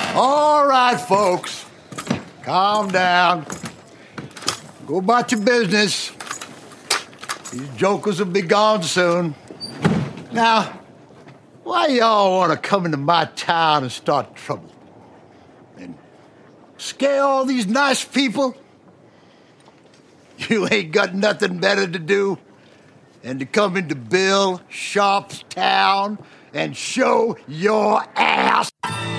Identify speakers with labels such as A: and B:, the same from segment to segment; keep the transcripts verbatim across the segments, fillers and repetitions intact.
A: All right, folks. Calm down. Go about your business. These jokers will be gone soon. Now, why y'all want to come into my town and start trouble? And scare all these nice people? You ain't got nothing better to do than to come into Bill Sharp's town and show your ass.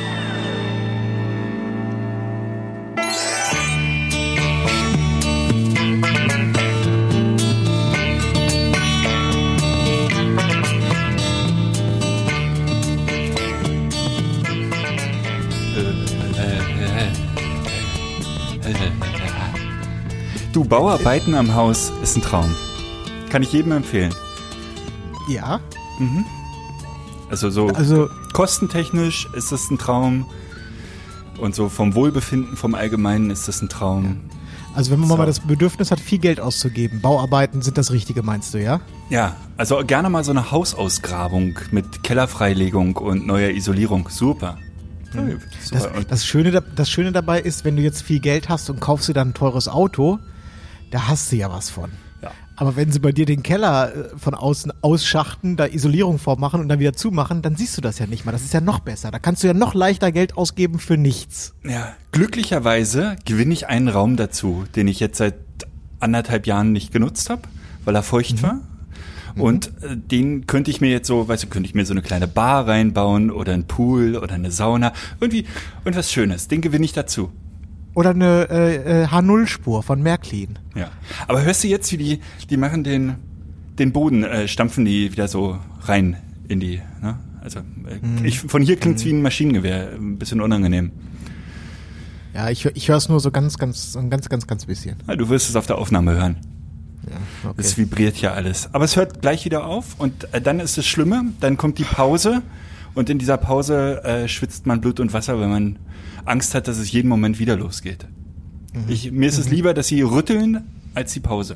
B: Du, Bauarbeiten am Haus ist ein Traum. Kann ich jedem empfehlen.
C: Ja.
B: Mhm. Also so
C: Also,
B: kostentechnisch ist das ein Traum. Und so vom Wohlbefinden, vom Allgemeinen ist das ein Traum.
C: also wenn man
B: So.
C: mal das Bedürfnis hat, viel Geld auszugeben, Bauarbeiten sind das Richtige, meinst du, ja?
B: Ja, also gerne mal so eine Hausausgrabung mit Kellerfreilegung und neuer Isolierung. Super. Ja,
C: Das,
B: super. Und
C: das, Schöne, da- das Schöne dabei ist, wenn du jetzt viel Geld hast und kaufst dir dann ein teures Auto, da hast du ja was von.
B: Ja.
C: Aber wenn sie bei dir den Keller äh, von außen ausschachten, da Isolierung vormachen und dann wieder zumachen, dann siehst du das ja nicht mal. Das ist ja noch besser. Da kannst du ja noch leichter Geld ausgeben für nichts.
B: Ja, glücklicherweise gewinne ich einen Raum dazu, den ich jetzt seit anderthalb Jahren nicht genutzt habe, weil er feucht war. Und äh, den könnte ich mir jetzt so, weißt du, könnte ich mir so eine kleine Bar reinbauen oder einen Pool oder eine Sauna. Irgendwie irgendwas Schönes. Den gewinne ich dazu.
C: Oder eine äh, äh, H null Spur von Märklin.
B: Ja. Aber hörst du jetzt, wie die, die machen den, den Boden, äh, stampfen die wieder so rein in die, ne? Also, äh, ich, von hier klingt's wie ein Maschinengewehr. Ein bisschen unangenehm.
C: Ja, ich, hör- ich höre es nur so ganz, ganz, so ein ganz, ganz, ganz bisschen.
B: Ja, du wirst es auf der Aufnahme hören.
C: Ja, okay.
B: Es vibriert ja alles. Aber es hört gleich wieder auf und äh, dann ist es Schlimme. Dann kommt die Pause und in dieser Pause äh, schwitzt man Blut und Wasser, weil man Angst hat, dass es jeden Moment wieder losgeht. Ich, mir ist es lieber, dass sie rütteln, als die Pause.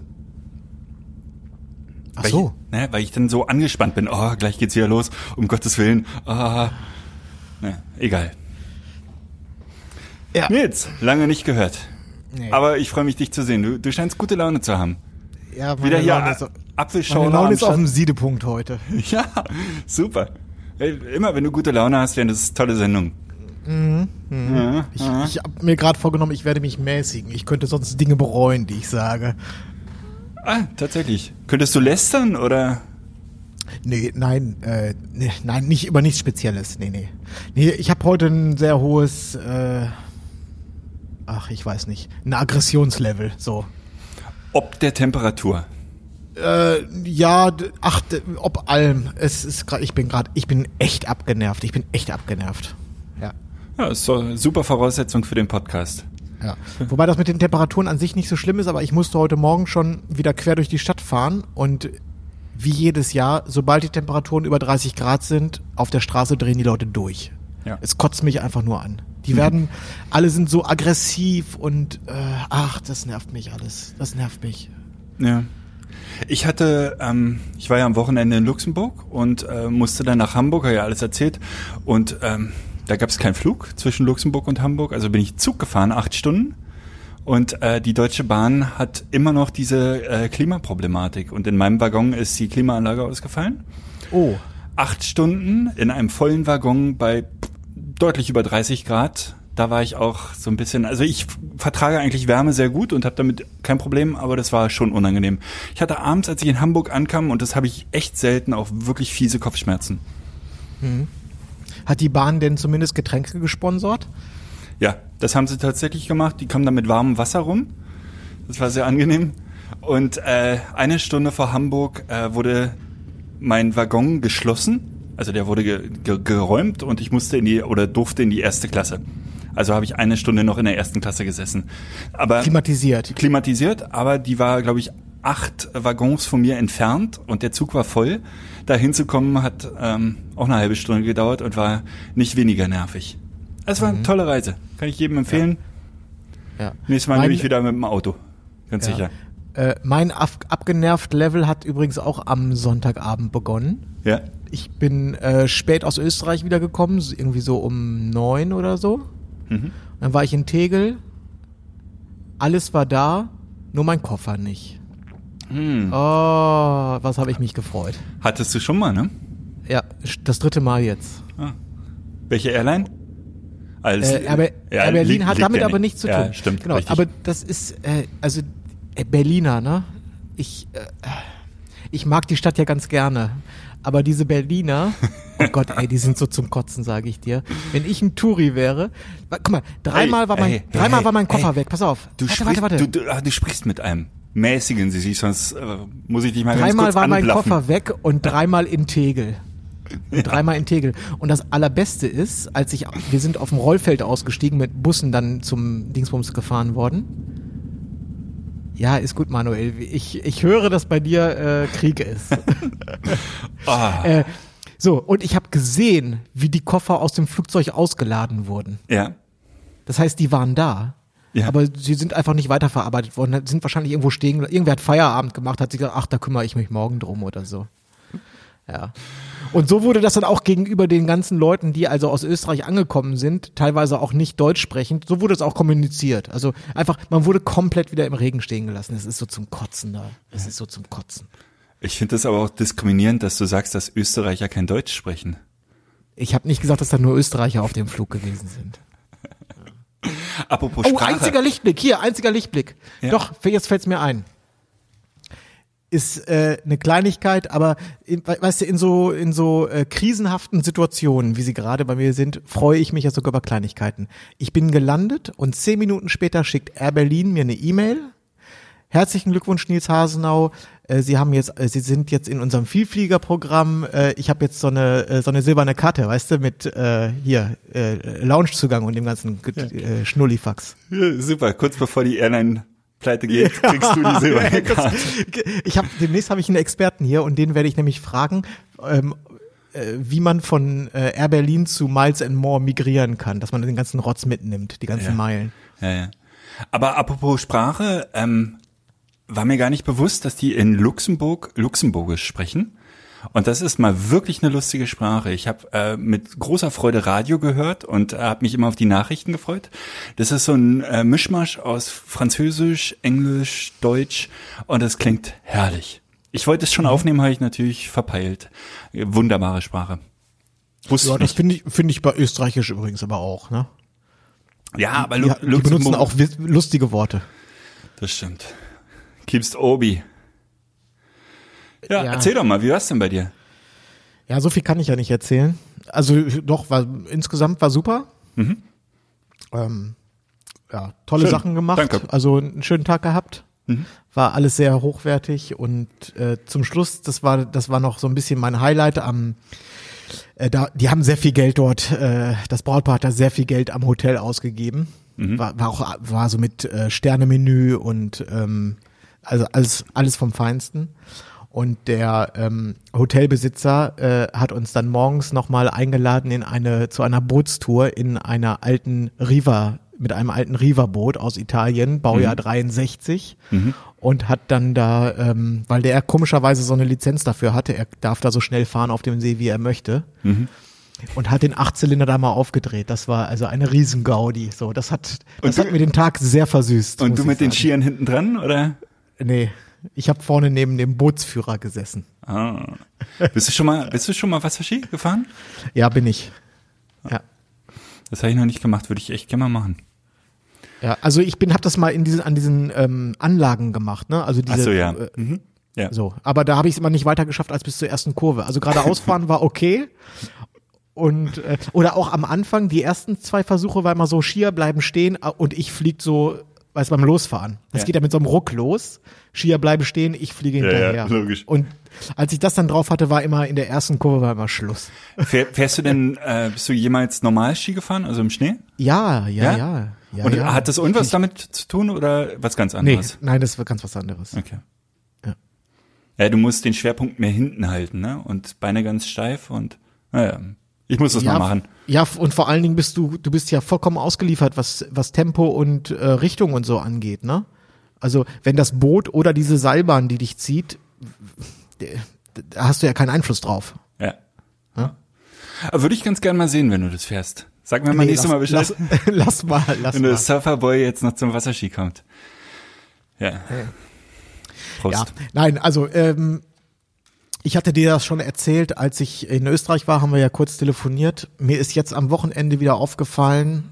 C: Ach
B: Weil
C: so.
B: Ich, ne, weil ich dann so angespannt bin. Oh, gleich geht's wieder los. Um Gottes Willen. Ah. Ne, egal.
C: Ja.
B: Nils, lange nicht gehört.
C: Nee.
B: Aber ich freue mich, dich zu sehen. Du, du scheinst gute Laune zu haben.
C: Ja, meine
B: Wieder hier
C: Laune
B: A-
C: ist, meine
B: Apfelschorle
C: Laune
B: am
C: ist auf
B: Start.
C: dem Siedepunkt heute.
B: Ja, super. Ey, immer wenn du gute Laune hast, wäre das eine tolle Sendung. Ja,
C: Ich,
B: ja.
C: ich habe mir gerade vorgenommen, ich werde mich mäßigen. Ich könnte sonst Dinge bereuen, die ich sage.
B: Ah, tatsächlich. Könntest du lästern oder?
C: Nee, nein, äh, nee, nein, nicht über nichts Spezielles. Nee, nee. Nee, ich habe heute ein sehr hohes, äh, ach, ich weiß nicht, ein Aggressionslevel, so.
B: Ob der Temperatur.
C: Äh, ja, d- ach, d- ob allem. Es ist gerade, ich bin gerade, ich bin echt abgenervt. Ich bin echt abgenervt. Ja.
B: Ja, ist so eine super Voraussetzung für den Podcast.
C: Ja. Wobei das mit den Temperaturen an sich nicht so schlimm ist, aber ich musste heute Morgen schon wieder quer durch die Stadt fahren und wie jedes Jahr, sobald die Temperaturen über dreißig Grad sind, auf der Straße drehen die Leute durch.
B: Ja.
C: Es kotzt mich einfach nur an. Die werden, alle sind so aggressiv und äh, ach, das nervt mich alles. Das nervt mich.
B: Ja. Ich hatte, ähm, ich war ja am Wochenende in Luxemburg und äh, musste dann nach Hamburg, habe ja alles erzählt. Und ähm, da gab es keinen Flug zwischen Luxemburg und Hamburg, also bin ich Zug gefahren, acht Stunden. Und äh, die Deutsche Bahn hat immer noch diese äh, Klimaproblematik. Und in meinem Waggon ist die Klimaanlage ausgefallen.
C: Oh.
B: Acht Stunden in einem vollen Waggon bei deutlich über dreißig Grad. Da war ich auch so ein bisschen, also ich vertrage eigentlich Wärme sehr gut und habe damit kein Problem, aber das war schon unangenehm. Ich hatte abends, als ich in Hamburg ankam, und das habe ich echt selten, auch wirklich fiese Kopfschmerzen.
C: Hat die Bahn denn zumindest Getränke gesponsert?
B: Ja, das haben sie tatsächlich gemacht. Die kommen da mit warmem Wasser rum. Das war sehr angenehm. Und äh, eine Stunde vor Hamburg äh, wurde mein Waggon geschlossen. Also der wurde ge ge geräumt und ich musste in die oder durfte in die erste Klasse. Also habe ich eine Stunde noch in der ersten Klasse gesessen. Aber
C: Klimatisiert.
B: klimatisiert, aber die war, glaube ich, acht Waggons von mir entfernt und der Zug war voll. Da hinzukommen hat ähm, auch eine halbe Stunde gedauert und war nicht weniger nervig. Es war eine tolle Reise. Kann ich jedem empfehlen.
C: Ja.
B: Nächstes Mal
C: Mein-
B: nehme ich wieder mit dem Auto. Ganz
C: Ja.
B: sicher.
C: Äh, mein ab abgenervt Level hat übrigens auch am Sonntagabend begonnen.
B: Ja.
C: Ich bin äh, spät aus Österreich wiedergekommen, so irgendwie so um neun oder so. Mhm. Dann war ich in Tegel, alles war da, nur mein Koffer nicht. Mhm. Oh, was habe ich mich gefreut.
B: Hattest du schon mal, ne?
C: Ja, das dritte Mal jetzt.
B: Ah. Welche Airline? Als,
C: äh, aber
B: ja,
C: Air Berlin
B: liegt,
C: hat
B: liegt
C: damit
B: ja
C: aber
B: nicht.
C: nichts zu tun.
B: Ja, stimmt.
C: Genau,
B: richtig.
C: aber das ist, äh, also äh, Berliner, ne? Ich, äh, ich mag die Stadt ja ganz gerne. Aber diese Berliner, oh Gott, ey, die sind so zum Kotzen, sage ich dir. Wenn ich ein Touri wäre, guck mal, dreimal
B: hey,
C: war mein,
B: hey,
C: dreimal
B: hey,
C: war mein Koffer
B: hey,
C: weg. Pass auf.
B: Du,
C: warte,
B: sprichst,
C: warte, warte.
B: Du, du, du sprichst mit einem. Mäßigen Sie sich, sonst äh, muss ich dich mal ganz
C: Dreimal
B: kurz
C: war mein
B: anblaffen.
C: Koffer weg und dreimal in Tegel. Und dreimal in Tegel. Und das Allerbeste ist, als ich, wir sind auf dem Rollfeld ausgestiegen, mit Bussen dann zum Dingsbums gefahren worden. Ja, ist gut, Manuel. Ich, ich höre, dass bei dir äh, Krieg ist.
B: oh.
C: äh, so, und ich habe gesehen, wie die Koffer aus dem Flugzeug ausgeladen wurden.
B: Ja.
C: Das heißt, die waren da. Ja. Aber sie sind einfach nicht weiterverarbeitet worden, sind wahrscheinlich irgendwo stehen. Irgendwer hat Feierabend gemacht, hat sich gesagt, ach, da kümmere ich mich morgen drum oder so. Ja. Und so wurde das dann auch gegenüber den ganzen Leuten, die also aus Österreich angekommen sind, teilweise auch nicht deutsch sprechend, so wurde es auch kommuniziert. Also einfach, man wurde komplett wieder im Regen stehen gelassen. Es ist so zum Kotzen da. Es ist so zum Kotzen.
B: Ich finde das aber auch diskriminierend, dass du sagst, dass Österreicher kein Deutsch sprechen.
C: Ich habe nicht gesagt, dass da nur Österreicher auf dem Flug gewesen sind.
B: Apropos
C: oh,
B: Sprache.
C: einziger Lichtblick, hier, einziger Lichtblick. Ja. Doch, jetzt fällt's mir ein. Ist äh, eine Kleinigkeit, aber in, weißt du, in so in so äh, krisenhaften Situationen, wie sie gerade bei mir sind, freue ich mich ja sogar über Kleinigkeiten. Ich bin gelandet und zehn Minuten später schickt Air Berlin mir eine E-Mail. Herzlichen Glückwunsch, Nils Hasenau. Äh, Sie haben jetzt, äh, Sie sind jetzt in unserem Vielfliegerprogramm. Äh, ich habe jetzt so eine äh, so eine silberne Karte, weißt du, mit äh, hier äh, Loungezugang und dem ganzen äh, Schnullifax.
B: Ja, super. Kurz bevor die Airline pleite geht, kriegst du die silberne Karte.
C: Ich habe demnächst habe ich einen Experten hier und den werde ich nämlich fragen, ähm, äh, wie man von äh, Air Berlin zu Miles and More migrieren kann, dass man den ganzen Rotz mitnimmt, die ganzen
B: ja.
C: Meilen.
B: Ja, ja. Aber apropos Sprache, ähm, war mir gar nicht bewusst, dass die in Luxemburg Luxemburgisch sprechen. Und das ist mal wirklich eine lustige Sprache. Ich habe äh, mit großer Freude Radio gehört und äh, habe mich immer auf die Nachrichten gefreut. Das ist so ein äh, Mischmasch aus Französisch, Englisch, Deutsch und das klingt herrlich. Ich wollte es schon mhm. aufnehmen, habe ich natürlich verpeilt. Wunderbare Sprache. Wusste
C: ja, das finde ich, finde ich bei Österreichisch übrigens aber auch, ne?
B: Ja, aber
C: Lu- die, die benutzen auch wi- lustige Worte.
B: Das stimmt. Keepst Obi. Ja, ja, erzähl doch mal, wie war's denn bei dir?
C: Ja, so viel kann ich ja nicht erzählen. Also doch, war insgesamt war super. Mhm. Ähm, ja, tolle Schön. Sachen gemacht.
B: Danke.
C: Also einen schönen Tag gehabt. Mhm. War alles sehr hochwertig und äh, zum Schluss, das war das war noch so ein bisschen mein Highlight am äh, da die haben sehr viel Geld dort, äh, das Brautpaar hat da sehr viel Geld am Hotel ausgegeben. Mhm. War, war auch war so mit äh, Sternemenü und ähm, also alles alles vom Feinsten. Und der ähm, Hotelbesitzer äh, hat uns dann morgens nochmal eingeladen in eine zu einer Bootstour in einer alten Riva, mit einem alten Riva-Boot aus Italien, Baujahr mhm. dreiundsechzig. Mhm. Und hat dann da, ähm, weil der komischerweise so eine Lizenz dafür hatte, er darf da so schnell fahren auf dem See, wie er möchte. Mhm. Und hat den Achtzylinder da mal aufgedreht. Das war also eine Riesengaudi. So, das hat, das
B: du,
C: hat mir den Tag sehr versüßt.
B: Und du mit den Skiern hinten dran, oder?
C: Nee. Ich habe vorne neben dem Bootsführer gesessen.
B: Ah. Bist du schon mal, bist du schon mal Wasserski gefahren?
C: Ja, bin ich. Ja.
B: Das habe ich noch nicht gemacht, würde ich echt gerne mal machen.
C: Ja, also ich bin, habe das mal in diesen, an diesen ähm, Anlagen gemacht, ne? Also diese.
B: Ach so, ja.
C: Äh,
B: mhm. Ja.
C: So, aber da habe ich es immer nicht weiter geschafft als bis zur ersten Kurve. Also geradeaus fahren war okay. Und äh, oder auch am Anfang die ersten zwei Versuche war immer so Skier bleiben stehen und ich flieg so. Weißt du, beim Losfahren. Das ja. geht ja mit so einem Ruck los. Skier bleiben stehen, ich fliege hinterher.
B: Ja, ja, logisch.
C: Und als ich das dann drauf hatte, war immer in der ersten Kurve war immer Schluss.
B: Fähr, fährst du denn, äh, bist du jemals normal Ski gefahren, also im Schnee?
C: Ja, ja, ja. ja, ja
B: Und
C: ja.
B: hat das irgendwas damit zu tun oder was ganz anderes?
C: Nee, nein, das war ganz was anderes.
B: Okay.
C: Ja.
B: Ja, du musst den Schwerpunkt mehr hinten halten, ne? Und Beine ganz steif und, naja. Ich muss das
C: ja,
B: mal machen.
C: Ja, und vor allen Dingen bist du, du bist ja vollkommen ausgeliefert, was, was Tempo und äh, Richtung und so angeht, ne? Also, wenn das Boot oder diese Seilbahn, die dich zieht, da hast du ja keinen Einfluss drauf.
B: Ja. ja? Aber würde ich ganz gern mal sehen, wenn du das fährst. Sag mir mal
C: Nee,
B: nächstes
C: lass,
B: Mal Bescheid,
C: lass, lass mal, lass
B: wenn
C: mal.
B: der Surferboy jetzt noch zum Wasserski kommt. Ja. Prost.
C: Ja, nein, also ähm, ich hatte dir das schon erzählt, als ich in Österreich war, haben wir ja kurz telefoniert. Mir ist jetzt am Wochenende wieder aufgefallen,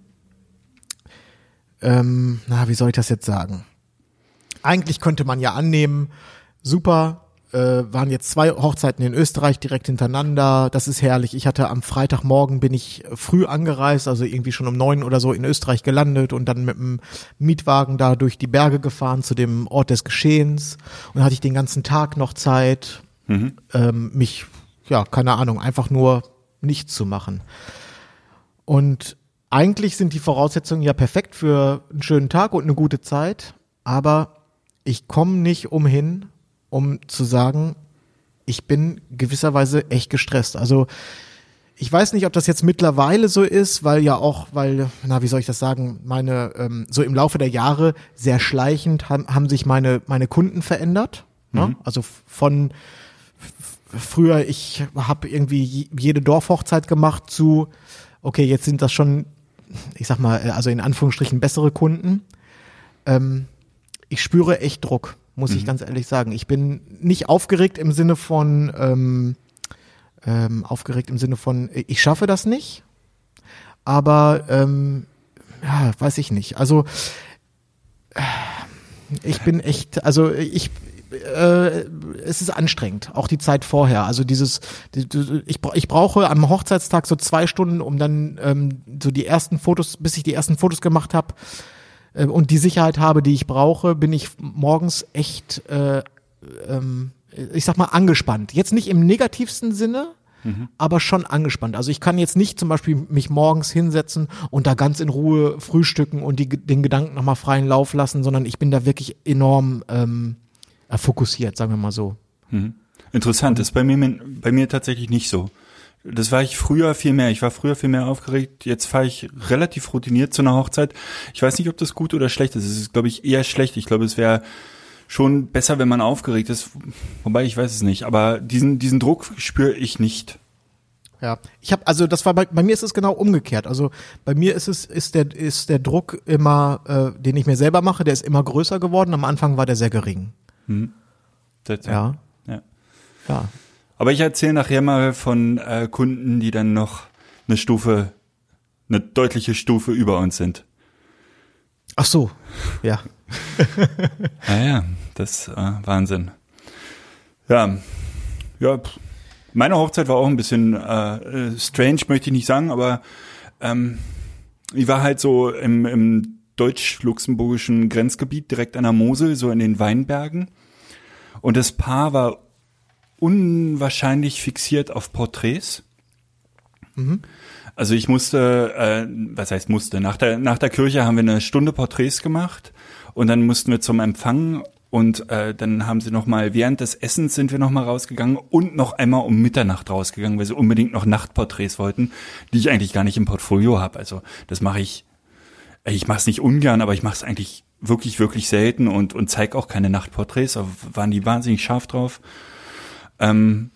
C: ähm, na, wie soll ich das jetzt sagen? Eigentlich könnte man ja annehmen, super, äh, waren jetzt zwei Hochzeiten in Österreich direkt hintereinander, das ist herrlich. Ich hatte am Freitagmorgen bin ich früh angereist, also irgendwie schon um neun oder so in Österreich gelandet und dann mit dem Mietwagen da durch die Berge gefahren zu dem Ort des Geschehens und dann hatte ich den ganzen Tag noch Zeit, mhm. ähm, mich, ja, keine Ahnung, einfach nur nichts zu machen. Und eigentlich sind die Voraussetzungen ja perfekt für einen schönen Tag und eine gute Zeit, aber ich komme nicht umhin, um zu sagen, ich bin gewisserweise echt gestresst. Also ich weiß nicht, ob das jetzt mittlerweile so ist, weil ja auch, weil, na, wie soll ich das sagen, meine, ähm, so im Laufe der Jahre sehr schleichend haben, haben sich meine, meine Kunden verändert. Mhm. Ne? Also von f- früher, ich habe irgendwie jede Dorfhochzeit gemacht zu, okay, jetzt sind das schon, ich sag mal, also in Anführungsstrichen bessere Kunden. Ähm, ich spüre echt Druck, muss mhm. ich ganz ehrlich sagen. Ich bin nicht aufgeregt im Sinne von, ähm, ähm, aufgeregt im Sinne von, ich schaffe das nicht, aber, ähm, ja, weiß ich nicht. Also, äh, ich bin echt, also ich, äh, es ist anstrengend, auch die Zeit vorher. Also dieses, die, ich, ich brauche am Hochzeitstag so zwei Stunden, um dann ähm, so die ersten Fotos, bis ich die ersten Fotos gemacht habe äh, und die Sicherheit habe, die ich brauche, bin ich morgens echt, äh, ähm, ich sag mal, angespannt. Jetzt nicht im negativsten Sinne, mhm. aber schon angespannt. Also ich kann jetzt nicht zum Beispiel mich morgens hinsetzen und da ganz in Ruhe frühstücken und die, den Gedanken nochmal freien Lauf lassen, sondern ich bin da wirklich enorm ähm, fokussiert, sagen wir mal so.
B: Mhm. Interessant, das ist bei mir, bei mir tatsächlich nicht so. Das war ich früher viel mehr. Ich war früher viel mehr aufgeregt. Jetzt fahre ich relativ routiniert zu einer Hochzeit. Ich weiß nicht, ob das gut oder schlecht ist. Es ist, glaube ich, eher schlecht. Ich glaube, es wäre schon besser, wenn man aufgeregt ist. Wobei, ich weiß es nicht. Aber diesen, diesen Druck spüre ich nicht.
C: Ja, ich habe also das war bei, bei mir ist es genau umgekehrt. Also bei mir ist es ist der ist der Druck immer, äh, den ich mir selber mache, der ist immer größer geworden. Am Anfang war der sehr gering.
B: Hm.
C: Ja.
B: ja.
C: Ja.
B: Aber ich erzähle nachher mal von äh, Kunden, die dann noch eine Stufe, eine deutliche Stufe über uns sind.
C: Ach so, ja.
B: Ja, ja, das ist äh, Wahnsinn. Ja, ja, pff. Meine Hochzeit war auch ein bisschen äh, strange, möchte ich nicht sagen, aber ähm, ich war halt so im, im deutsch-luxemburgischen Grenzgebiet direkt an der Mosel, so in den Weinbergen. Und das Paar war unwahrscheinlich fixiert auf Porträts. Mhm. Also ich musste, äh, was heißt musste, nach der, nach der Kirche haben wir eine Stunde Porträts gemacht und dann mussten wir zum Empfang und äh, dann haben sie noch mal, während des Essens sind wir noch mal rausgegangen und noch einmal um Mitternacht rausgegangen, weil sie unbedingt noch Nachtporträts wollten, die ich eigentlich gar nicht im Portfolio habe. Also das mache ich, ich mache es nicht ungern, aber ich mache es eigentlich wirklich, wirklich selten und und zeige auch keine Nachtporträts, aber waren die wahnsinnig scharf drauf. Ähm,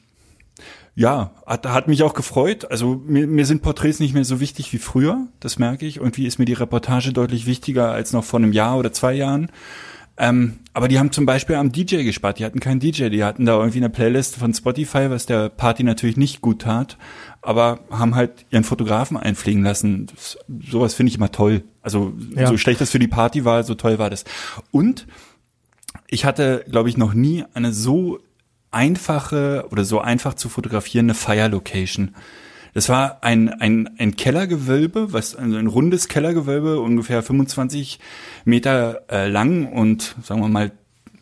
B: ja, hat, hat mich auch gefreut. Also mir, mir sind Porträts nicht mehr so wichtig wie früher, das merke ich. Irgendwie ist mir die Reportage deutlich wichtiger als noch vor einem Jahr oder zwei Jahren. Ähm, aber die haben zum Beispiel am D J gespart. Die hatten keinen D J, die hatten da irgendwie eine Playlist von Spotify, was der Party natürlich nicht gut tat, aber haben halt ihren Fotografen einfliegen lassen. Das, sowas finde ich immer toll. Also ja. So schlecht das für die Party war, so toll war das. Und ich hatte, glaube ich, noch nie eine so einfache oder so einfach zu fotografierende Fire-Location. Das war ein, ein, ein Kellergewölbe, was, also ein rundes Kellergewölbe, ungefähr fünfundzwanzig Meter äh, lang und sagen wir mal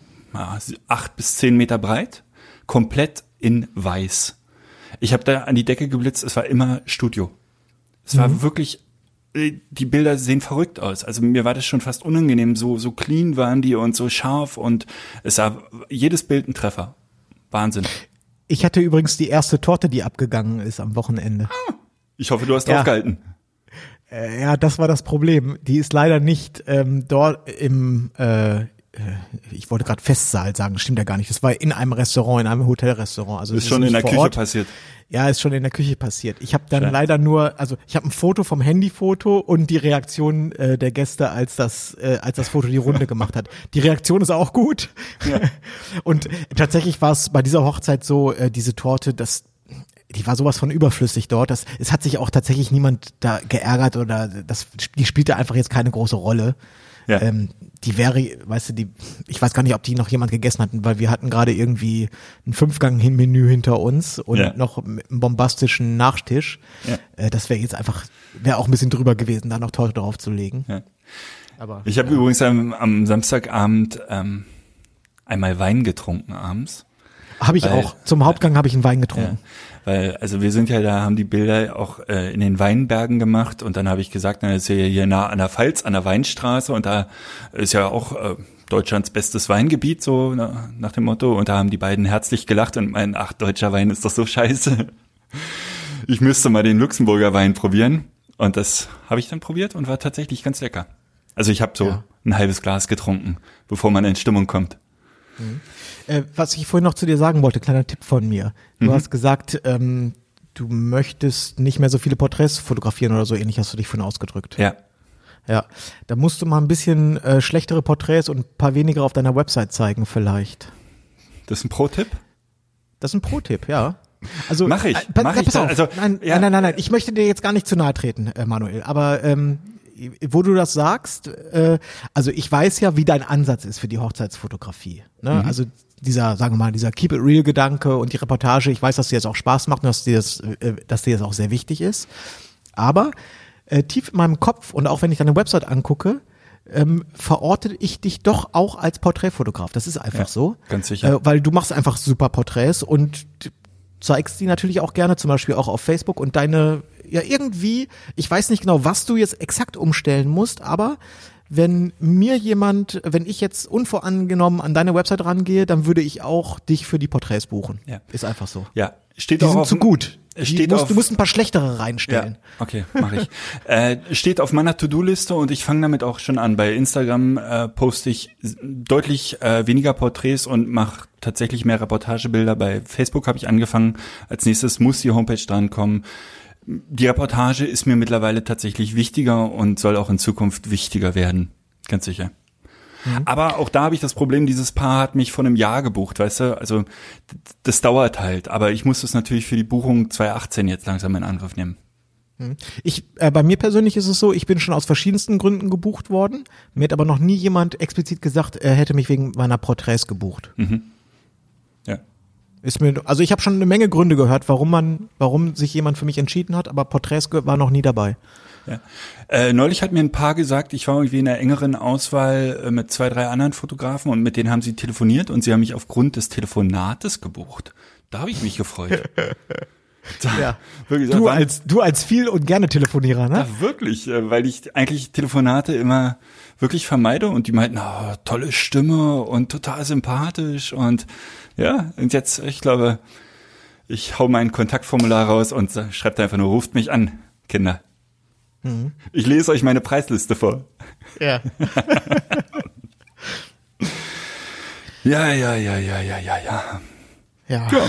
B: acht bis zehn Meter breit, komplett in weiß. Ich habe da an die Decke geblitzt, es war immer Studio. Es mhm. war wirklich, die Bilder sehen verrückt aus. Also mir war das schon fast unangenehm, so, so clean waren die und so scharf und es war jedes Bild ein Treffer. Wahnsinn.
C: Ich hatte übrigens die erste Torte, die abgegangen ist am Wochenende.
B: Ich hoffe, du hast
C: ja.
B: draufgehalten.
C: Äh, ja, das war das Problem. Die ist leider nicht ähm, dort im, äh, ich wollte gerade Festsaal sagen, das stimmt ja gar nicht. Das war in einem Restaurant, in einem Hotelrestaurant. Also
B: ist schon in der Küche
C: Ort.
B: passiert.
C: Ja, ist schon in der Küche passiert. Ich habe dann
B: Schön.
C: leider nur, also ich habe ein Foto vom Handyfoto und die Reaktion äh, der Gäste, als das, äh, als das Foto die Runde gemacht hat. Die Reaktion ist auch gut.
B: Ja.
C: Und tatsächlich war es bei dieser Hochzeit so, äh, diese Torte, das die war sowas von überflüssig dort. Das, es hat sich auch tatsächlich niemand da geärgert oder das, die spielte einfach jetzt keine große Rolle.
B: Ja.
C: Ähm, die wäre, weißt du, die, ich weiß gar nicht, ob die noch jemand gegessen hatten, weil wir hatten gerade irgendwie ein Fünfgang-Menü hinter uns und
B: Ja.
C: noch einen bombastischen Nachtisch.
B: Ja.
C: Äh, das wäre jetzt einfach, wäre auch ein bisschen drüber gewesen, da noch Torte draufzulegen.
B: Ja.
C: Aber
B: Ich habe
C: ja.
B: übrigens am, am Samstagabend ähm, einmal Wein getrunken abends.
C: Habe ich
B: weil-
C: auch. Zum Hauptgang habe ich einen Wein
B: Ja,
C: getrunken.
B: weil, also wir sind ja da, haben die Bilder auch äh, in den Weinbergen gemacht und dann habe ich gesagt, na, das ist ja hier nah an der Pfalz, an der Weinstraße und da ist ja auch äh, Deutschlands bestes Weingebiet, so na, nach dem Motto. Und da haben die beiden herzlich gelacht und meinen, ach, deutscher Wein ist doch so scheiße. Ich müsste mal den Luxemburger Wein probieren. Und das habe ich dann probiert und war tatsächlich ganz lecker. Also ich habe so
C: Ja.
B: ein halbes Glas getrunken, bevor man in Stimmung kommt.
C: Äh, was ich vorhin noch zu dir sagen wollte, kleiner Tipp von mir. Du
B: Mhm.
C: hast gesagt, ähm, du möchtest nicht mehr so viele Porträts fotografieren oder so ähnlich, hast du dich vorhin ausgedrückt.
B: Ja.
C: Ja, da musst du mal ein bisschen äh, schlechtere Porträts und ein paar weniger auf deiner Website zeigen vielleicht.
B: Das ist ein Pro-Tipp?
C: Das ist ein Pro-Tipp, ja. Also
B: Mach ich,
C: äh, pa-
B: mach
C: na,
B: ich
C: pass
B: da-
C: auf.
B: also,
C: nein,
B: ja.
C: nein, nein, nein, nein, ich möchte dir jetzt gar nicht zu nahe treten, äh, Manuel, aber ähm, wo du das sagst, äh, also ich weiß ja, wie dein Ansatz ist für die Hochzeitsfotografie. Ne?
B: Mhm.
C: Also dieser, sagen wir mal, dieser Keep it real Gedanke und die Reportage, ich weiß, dass dir das auch Spaß macht und dass dir das, äh, dass dir das auch sehr wichtig ist. Aber äh, tief in meinem Kopf und auch wenn ich deine Website angucke, ähm, verorte ich dich doch auch als Porträtfotograf. Das ist einfach
B: Ja,
C: so.
B: ganz sicher.
C: Äh, weil du machst einfach super Porträts und zeigst die natürlich auch gerne, zum Beispiel auch auf Facebook und deine, ja irgendwie, ich weiß nicht genau, was du jetzt exakt umstellen musst, aber wenn mir jemand, wenn ich jetzt unvoreingenommen an deine Website rangehe, dann würde ich auch dich für die Porträts buchen.
B: Ja.
C: Ist einfach so.
B: Ja, steht
C: Die
B: auch
C: sind
B: auf
C: zu gut.
B: Es
C: Die
B: steht
C: musst,
B: auf,
C: du musst ein paar schlechtere
B: ja,
C: reinstellen.
B: okay, mache ich. äh, steht auf meiner To-Do-Liste und ich fange damit auch schon an. Bei Instagram äh, poste ich deutlich äh, weniger Porträts und mache tatsächlich mehr Reportagebilder. Bei Facebook habe ich angefangen. Als nächstes muss die Homepage drankommen. Die Reportage ist mir mittlerweile tatsächlich wichtiger und soll auch in Zukunft wichtiger werden. Ganz sicher. Aber auch da habe ich das Problem, dieses Paar hat mich vor einem Jahr gebucht, weißt du, also d- das dauert halt, aber ich muss das natürlich für die Buchung zwanzig achtzehn jetzt langsam in Angriff nehmen.
C: Ich, äh, bei mir persönlich ist es so, ich bin schon aus verschiedensten Gründen gebucht worden. Mir hat aber noch nie jemand explizit gesagt, er hätte mich wegen meiner Porträts gebucht.
B: Ja.
C: Ist mir, also ich habe schon eine Menge Gründe gehört, warum man, warum sich jemand für mich entschieden hat, aber Porträts ge- war noch nie dabei.
B: Ja. Äh, neulich hat mir ein Paar gesagt, ich war irgendwie in einer engeren Auswahl äh, mit zwei, drei anderen Fotografen und mit denen haben sie telefoniert und sie haben mich aufgrund des Telefonates gebucht. Da habe ich mich gefreut. Da,
C: Ja.
B: wirklich,
C: Du
B: waren-
C: als, du als viel und gerne Telefonierer, ne?
B: Ja, wirklich, äh, weil ich eigentlich Telefonate immer wirklich vermeide und die meinten, oh, tolle Stimme und total sympathisch und ja, und jetzt, ich glaube, ich hau mein Kontaktformular raus und sa- schreibt einfach nur, ruft mich an, Kinder. Ich lese euch meine Preisliste vor.
C: Ja.
B: Ja, ja, ja, ja, ja, ja, ja.
C: Ja.
B: Ja.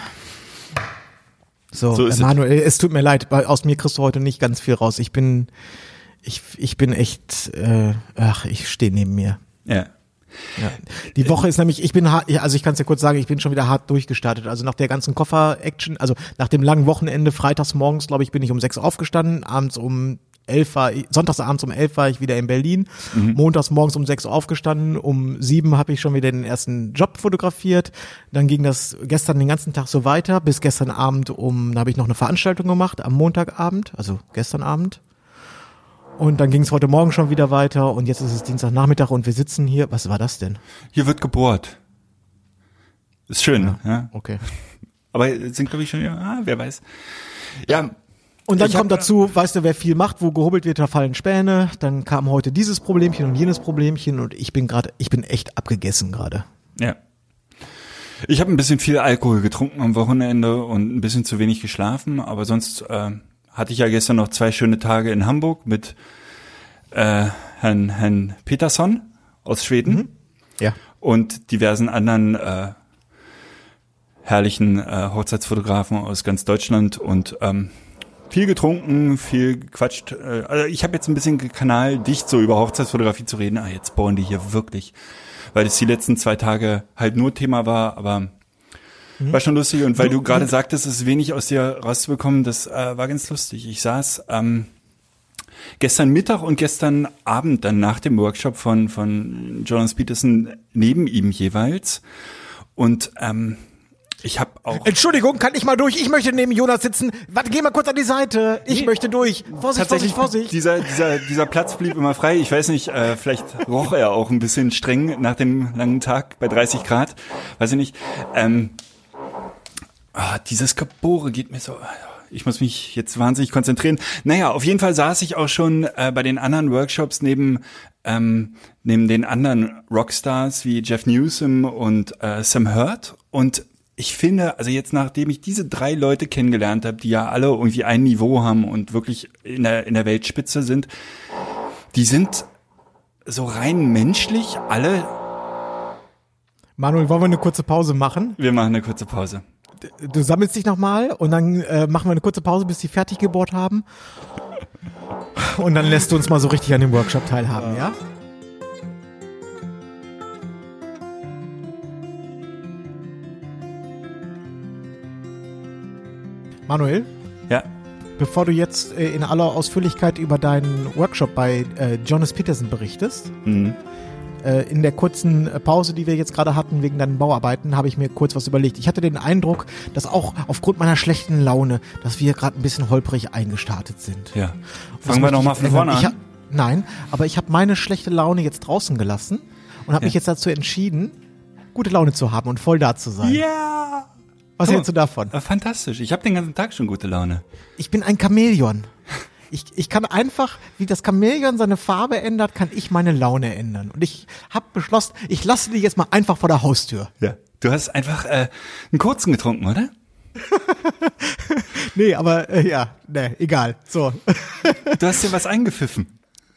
C: So,
B: So ist es.
C: Manuel, es tut mir leid, weil aus mir kriegst du heute nicht ganz viel raus. Ich bin, ich, ich bin echt, äh, ach, ich stehe neben mir.
B: Ja.
C: Ja. Die Woche ist nämlich, ich bin hart, also ich kann es ja kurz sagen, ich bin schon wieder hart durchgestartet. Also nach der ganzen Koffer-Action, also nach dem langen Wochenende, freitags morgens, glaube ich, bin ich um sechs aufgestanden, abends um elf war ich, sonntags abends um elf war ich wieder in Berlin, montags morgens um sechs aufgestanden, um sieben habe ich schon wieder den ersten Job fotografiert, dann ging das gestern den ganzen Tag so weiter, bis gestern Abend um, da habe ich noch eine Veranstaltung gemacht, am Montagabend, also gestern Abend. Und dann ging es heute Morgen schon wieder weiter und jetzt ist es Dienstagnachmittag und wir sitzen hier. Was war das denn?
B: Hier wird gebohrt. Ist schön, ja.
C: Okay.
B: Aber es sind, glaube ich, schon, ja, ah, wer weiß. Ja.
C: Und dann
B: Ich
C: kommt
B: hab-
C: dazu, weißt du, wer viel macht, wo gehobelt wird, da fallen Späne. Dann kam heute dieses Problemchen und jenes Problemchen und ich bin gerade, ich bin echt abgegessen gerade.
B: Ja. Ich habe ein bisschen viel Alkohol getrunken am Wochenende und ein bisschen zu wenig geschlafen, aber sonst äh, hatte ich ja gestern noch zwei schöne Tage in Hamburg mit äh, Herrn, Herrn Peterson aus Schweden.
C: Ja.
B: Und diversen anderen äh, herrlichen äh, Hochzeitsfotografen aus ganz Deutschland und ähm, viel getrunken, viel gequatscht. Äh, also ich habe jetzt ein bisschen Kanal dicht, so über Hochzeitsfotografie zu reden. Ah, jetzt bohren die hier wirklich, weil das die letzten zwei Tage halt nur Thema war, aber war schon lustig. Und weil du gerade sagtest, es ist wenig aus dir rauszubekommen, das äh, war ganz lustig. Ich saß ähm, gestern Mittag und gestern Abend dann nach dem Workshop von von Jonas Peterson neben ihm jeweils. Und ähm, ich habe auch...
C: Entschuldigung, kann ich mal durch? Ich möchte neben Jonas sitzen. Warte, geh mal kurz an die Seite. Ich
B: Nee.
C: möchte durch. Vorsicht,
B: Tatsächlich,
C: Vorsicht, Vorsicht.
B: Dieser, dieser, dieser Platz blieb immer frei. Ich weiß nicht, äh, vielleicht roch er auch ein bisschen streng nach dem langen Tag bei dreißig Grad. Weiß ich nicht. Ähm, ah, dieses Kabore geht mir so... Ich muss mich jetzt wahnsinnig konzentrieren. Naja, auf jeden Fall saß ich auch schon äh, bei den anderen Workshops neben ähm, neben den anderen Rockstars wie Jeff Newsom und äh, Sam Hurt. Und ich finde, also jetzt nachdem ich diese drei Leute kennengelernt habe, die ja alle irgendwie ein Niveau haben und wirklich in der in der Weltspitze sind, die sind so rein menschlich alle.
C: Manuel, wollen wir eine kurze Pause machen?
B: Wir machen eine kurze Pause.
C: Du sammelst dich nochmal und dann äh, machen wir eine kurze Pause, bis die fertig gebohrt haben. Und dann lässt du uns mal so richtig an dem Workshop teilhaben, ja? Manuel,
B: Ja.
C: bevor du jetzt äh, in aller Ausführlichkeit über deinen Workshop bei äh, Jonas Peterson berichtest,
B: Mhm.
C: äh, in der kurzen äh, Pause, die wir jetzt gerade hatten wegen deinen Bauarbeiten, habe ich mir kurz was überlegt. Ich hatte den Eindruck, dass auch aufgrund meiner schlechten Laune, dass wir gerade ein bisschen holprig eingestartet sind.
B: Ja.
C: Das
B: Fangen wir
C: möchte
B: noch
C: ich
B: mal
C: jetzt
B: von
C: ändern.
B: vorne
C: Ich
B: an.
C: hab, nein, aber ich habe meine schlechte Laune jetzt draußen gelassen und habe
B: Ja.
C: mich jetzt dazu entschieden, gute Laune zu haben und voll da zu sein.
B: Ja.
C: Was
B: Guck mal.
C: hältst du davon?
B: Äh, Fantastisch. Ich habe den ganzen Tag schon gute Laune.
C: Ich bin ein Chamäleon. Ich, ich kann einfach, wie das Chamäleon seine Farbe ändert, kann ich meine Laune ändern. Und ich habe beschlossen, ich lasse die jetzt mal einfach vor der Haustür.
B: Ja. Du hast einfach äh, einen kurzen getrunken, oder?
C: Nee, aber äh, ja, nee, egal. So.
B: Du hast dir was eingepfiffen.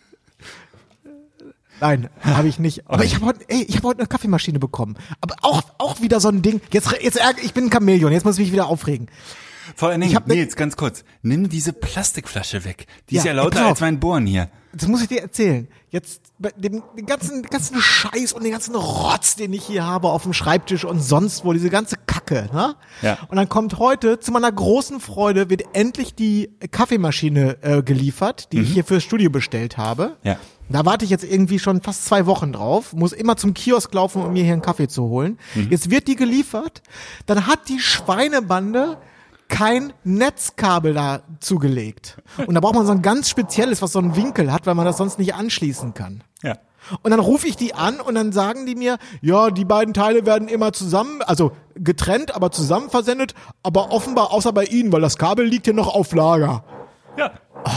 C: Nein, habe ich nicht. Aber ich habe heute, ey, ich habe heute eine Kaffeemaschine bekommen. Aber auch auch wieder so ein Ding. Jetzt jetzt ärger- ich bin ein Chamäleon, jetzt muss ich mich wieder aufregen.
B: Vor allen
C: Ich
B: Dingen,
C: hab ne-
B: nee, jetzt ganz kurz. Nimm diese Plastikflasche weg. Die
C: Ja,
B: ist ja
C: ey,
B: lauter
C: pass auf.
B: als mein Bohren hier.
C: Das muss ich dir erzählen. Jetzt bei dem den ganzen ganzen Scheiß und den ganzen Rotz, den ich hier habe auf dem Schreibtisch und sonst wo, diese ganze Kacke, ne?
B: Ja.
C: Und dann kommt heute zu meiner großen Freude wird endlich die Kaffeemaschine äh, geliefert, die ich hier fürs Studio bestellt habe.
B: Ja.
C: Da warte ich jetzt irgendwie schon fast zwei Wochen drauf, muss immer zum Kiosk laufen, um mir hier einen Kaffee zu holen. Jetzt wird die geliefert, dann hat die Schweinebande kein Netzkabel da zugelegt. Und da braucht man so ein ganz spezielles, was so einen Winkel hat, weil man das sonst nicht anschließen kann.
B: Ja.
C: Und dann rufe ich die an und dann sagen die mir, ja, die beiden Teile werden immer zusammen, also getrennt, aber zusammen versendet, aber offenbar außer bei Ihnen, weil das Kabel liegt hier noch auf Lager.
B: Ja.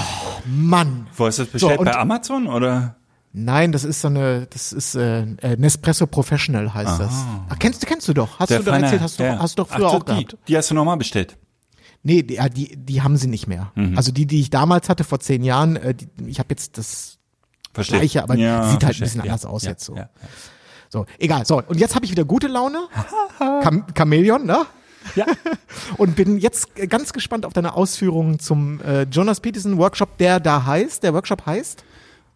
C: Mann.
B: Wo hast du das bestellt?
C: So, und-
B: Bei Amazon oder?
C: Nein, das ist so eine, das ist äh, äh, Nespresso Professional heißt das. Ah, kennst du, kennst du doch. Hast
B: Der
C: du doch
B: feine-
C: erzählt, hast du,
B: ja.
C: doch, hast du doch früher
B: Ach, so,
C: auch gehabt.
B: Die, die hast du nochmal bestellt.
C: Nee, die, ja, die, die haben sie nicht mehr. Also die, die ich damals hatte vor zehn Jahren, äh, die, ich habe jetzt das
B: Verstehe.
C: Gleiche, aber
B: Ja,
C: sieht halt ein
B: verstehe.
C: bisschen
B: Ja,
C: anders aus
B: ja,
C: jetzt so.
B: Ja, ja.
C: So, egal. So, und jetzt habe ich wieder gute Laune. Cham Chamäleon, ne?
B: Ja.
C: Und bin jetzt ganz gespannt auf deine Ausführungen zum äh, Jonas Peterson Workshop, der da heißt. Der Workshop heißt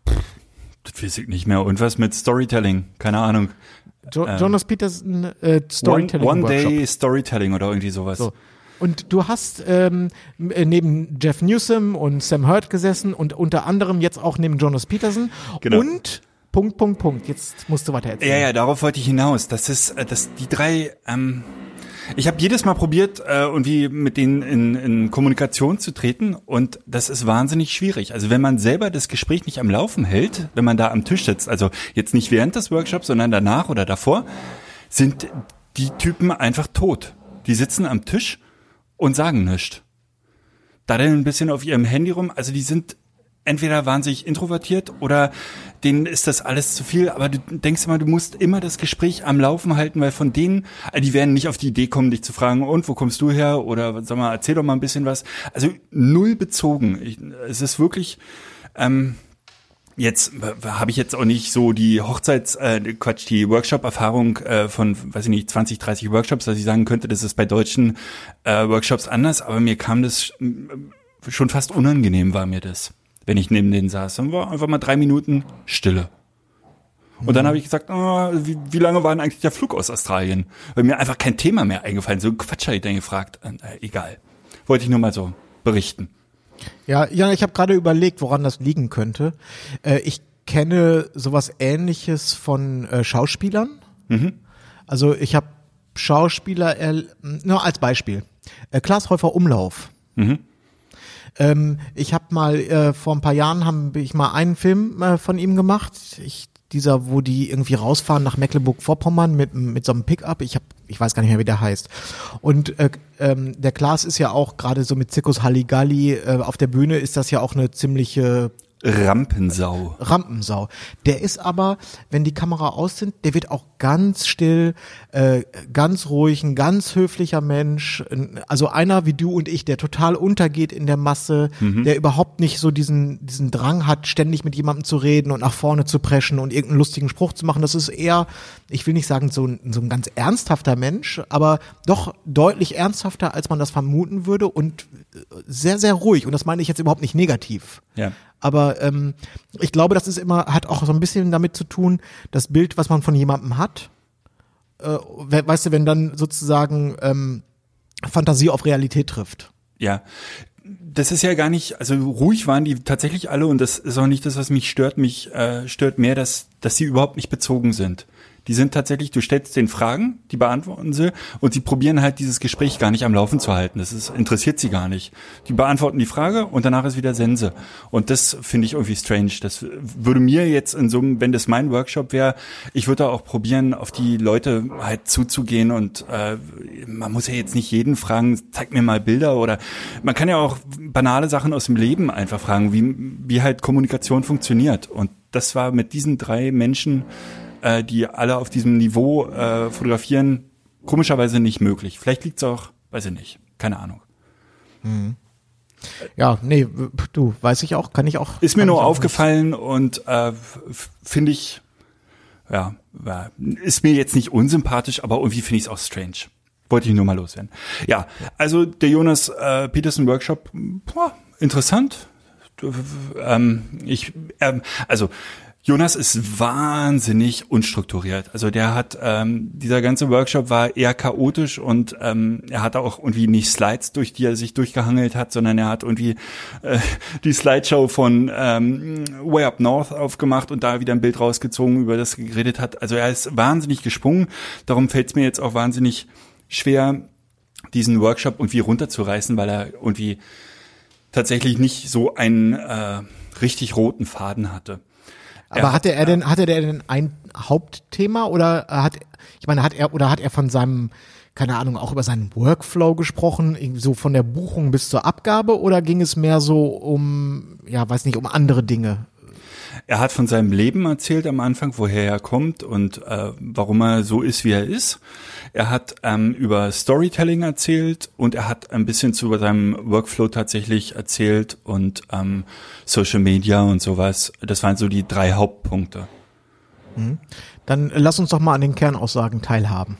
B: Das weiß ich nicht mehr. Und was mit Storytelling? Keine Ahnung.
C: jo Jonas Peterson äh, Storytelling
B: One, One
C: Workshop.
B: Day Storytelling oder irgendwie sowas.
C: So. Und du hast ähm, äh, neben Jeff Newsom und Sam Hurt gesessen und unter anderem jetzt auch neben Jonas Peterson
B: Genau.
C: und Punkt, Punkt, Punkt. Jetzt musst du weiter erzählen.
B: Ja, ja, darauf wollte ich hinaus. Das ist, äh, das, die drei, ähm, ich habe jedes Mal probiert, äh, irgendwie mit denen in, in Kommunikation zu treten und das ist wahnsinnig schwierig. Also wenn man selber das Gespräch nicht am Laufen hält, wenn man da am Tisch sitzt, also jetzt nicht während des Workshops, sondern danach oder davor, sind die Typen einfach tot. Die sitzen am Tisch und sagen nichts. Daddeln ein bisschen auf ihrem Handy rum, also die sind entweder wahnsinnig introvertiert oder denen ist das alles zu viel, aber du denkst immer, du musst immer das Gespräch am Laufen halten, weil von denen, also die werden nicht auf die Idee kommen, dich zu fragen, und wo kommst du her oder sag mal, erzähl doch mal ein bisschen was. Also null bezogen. Ich, es ist wirklich, ähm, Jetzt äh, habe ich jetzt auch nicht so die Hochzeits, äh, Quatsch, die Workshop-Erfahrung äh, von, weiß ich nicht, zwanzig, dreißig Workshops, dass ich sagen könnte, das ist bei deutschen äh, Workshops anders, aber mir kam das äh, schon fast unangenehm, war mir das, wenn ich neben denen saß. Dann war einfach mal drei Minuten Stille. Und dann habe ich gesagt, oh, wie, wie lange war denn eigentlich der Flug aus Australien? Weil mir einfach kein Thema mehr eingefallen. So Quatsch habe ich dann gefragt. Äh, egal. Wollte ich nur mal so berichten.
C: Ja, ja, ich habe gerade überlegt, woran das liegen könnte. Äh, ich kenne sowas Ähnliches von äh, Schauspielern. Mhm. Also ich habe Schauspieler, äh, nur als Beispiel. Äh, Klaas Häufer Umlauf. Mhm. Ähm, ich habe mal, äh, vor ein paar Jahren habe ich mal einen Film äh, von ihm gemacht. Ich Dieser, wo die irgendwie rausfahren nach Mecklenburg-Vorpommern mit mit so einem Pickup. Ich hab, ich weiß gar nicht mehr, wie der heißt. Und äh, ähm, der Klaas ist ja auch gerade so mit Zirkus Halligalli äh, auf der Bühne ist das ja auch eine ziemliche
B: Rampensau.
C: Rampensau. Der ist aber, wenn die Kamera aus sind, der wird auch ganz still, äh, ganz ruhig, ein ganz höflicher Mensch. Also einer wie du und ich, der total untergeht in der Masse, mhm. der überhaupt nicht so diesen diesen Drang hat, ständig mit jemandem zu reden und nach vorne zu preschen und irgendeinen lustigen Spruch zu machen. Das ist eher, ich will nicht sagen so ein, so ein ganz ernsthafter Mensch, aber doch deutlich ernsthafter, als man das vermuten würde und sehr, sehr ruhig. Und das meine ich jetzt überhaupt nicht negativ.
B: Ja.
C: Aber ähm, ich glaube, das ist immer, hat auch so ein bisschen damit zu tun, das Bild, was man von jemandem hat. Äh, we- weißt du, wenn dann sozusagen ähm, Fantasie auf Realität trifft.
B: Ja, das ist ja gar nicht, also ruhig waren die tatsächlich alle und das ist auch nicht das, was mich stört. Mich äh, stört mehr, dass, dass sie überhaupt nicht bezogen sind. Die sind tatsächlich, du stellst den Fragen, die beantworten sie und sie probieren halt dieses Gespräch gar nicht am Laufen zu halten. Das ist, interessiert sie gar nicht. Die beantworten die Frage und danach ist wieder Sense. Und das finde ich irgendwie strange. Das würde mir jetzt in so einem, wenn das mein Workshop wäre, ich würde da auch probieren, auf die Leute halt zuzugehen und äh, man muss ja jetzt nicht jeden fragen, zeig mir mal Bilder oder man kann ja auch banale Sachen aus dem Leben einfach fragen, wie, wie halt Kommunikation funktioniert. Und das war mit diesen drei Menschen, die alle auf diesem Niveau äh, fotografieren, komischerweise nicht möglich. Vielleicht liegt's auch, weiß ich nicht, keine Ahnung.
C: Mhm. Ja, nee, du, weiß ich auch, kann ich auch.
B: Ist mir nur
C: auch
B: aufgefallen nicht. Und äh, finde ich, ja, ist mir jetzt nicht unsympathisch, aber irgendwie finde ich es auch strange. Wollte ich nur mal loswerden. Ja, also der Jonas äh, Peterson Workshop, boah, interessant. Ähm, ich, ähm, also Jonas ist wahnsinnig unstrukturiert. Also der hat, ähm, dieser ganze Workshop war eher chaotisch und ähm, er hat auch irgendwie nicht Slides, durch die er sich durchgehangelt hat, sondern er hat irgendwie äh, die Slideshow von ähm, Way Up North aufgemacht und da wieder ein Bild rausgezogen, über das er geredet hat. Also er ist wahnsinnig gesprungen. Darum fällt es mir jetzt auch wahnsinnig schwer, diesen Workshop irgendwie runterzureißen, weil er irgendwie tatsächlich nicht so einen äh, richtig roten Faden hatte.
C: Aber hatte er denn, hatte der denn ein Hauptthema oder hat, ich meine, hat er, oder hat er von seinem, keine Ahnung, auch über seinen Workflow gesprochen, so von der Buchung bis zur Abgabe oder ging es mehr so um, ja, weiß nicht, um andere Dinge?
B: Er hat von seinem Leben erzählt am Anfang, woher er kommt und äh, warum er so ist, wie er ist. Er hat ähm, über Storytelling erzählt und er hat ein bisschen zu über seinem Workflow tatsächlich erzählt und ähm, Social Media und sowas. Das waren so die drei Hauptpunkte.
C: Mhm. Dann lass uns doch mal an den Kernaussagen teilhaben.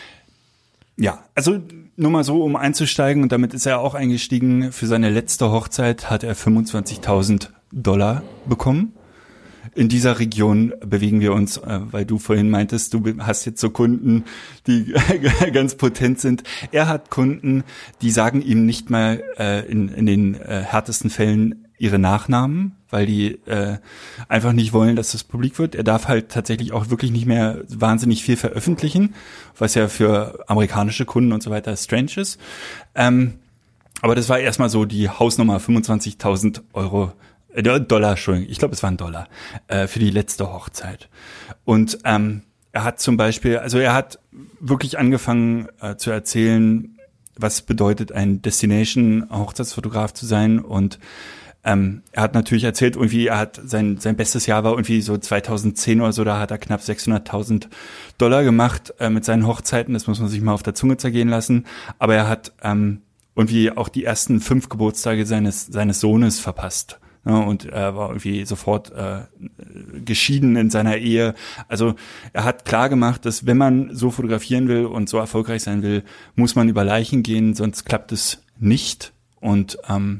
B: Ja, also nur mal so, um einzusteigen, und damit ist er auch eingestiegen, für seine letzte Hochzeit hat er fünfundzwanzigtausend Dollar bekommen. In dieser Region bewegen wir uns, weil du vorhin meintest, du hast jetzt so Kunden, die ganz potent sind. Er hat Kunden, die sagen ihm nicht mal äh, in, in den äh, härtesten Fällen ihre Nachnamen, weil die äh, einfach nicht wollen, dass das publik wird. Er darf halt tatsächlich auch wirklich nicht mehr wahnsinnig viel veröffentlichen, was ja für amerikanische Kunden und so weiter strange ist. Ähm, aber das war erstmal so die Hausnummer, fünfundzwanzigtausend Euro Dollar, Entschuldigung, ich glaube, es waren Dollar, äh, für die letzte Hochzeit. Und ähm, er hat zum Beispiel, also er hat wirklich angefangen äh, zu erzählen, was bedeutet, ein Destination-Hochzeitsfotograf zu sein. Und ähm, er hat natürlich erzählt, irgendwie, er hat sein sein bestes Jahr war irgendwie so zweitausendzehn oder so, da hat er knapp sechshunderttausend Dollar gemacht äh, mit seinen Hochzeiten. Das muss man sich mal auf der Zunge zergehen lassen. Aber er hat ähm, irgendwie auch die ersten fünf Geburtstage seines seines Sohnes verpasst. Ja, und er war irgendwie sofort äh, geschieden in seiner Ehe. Also er hat klar gemacht, dass wenn man so fotografieren will und so erfolgreich sein will, muss man über Leichen gehen, sonst klappt es nicht. Und ähm,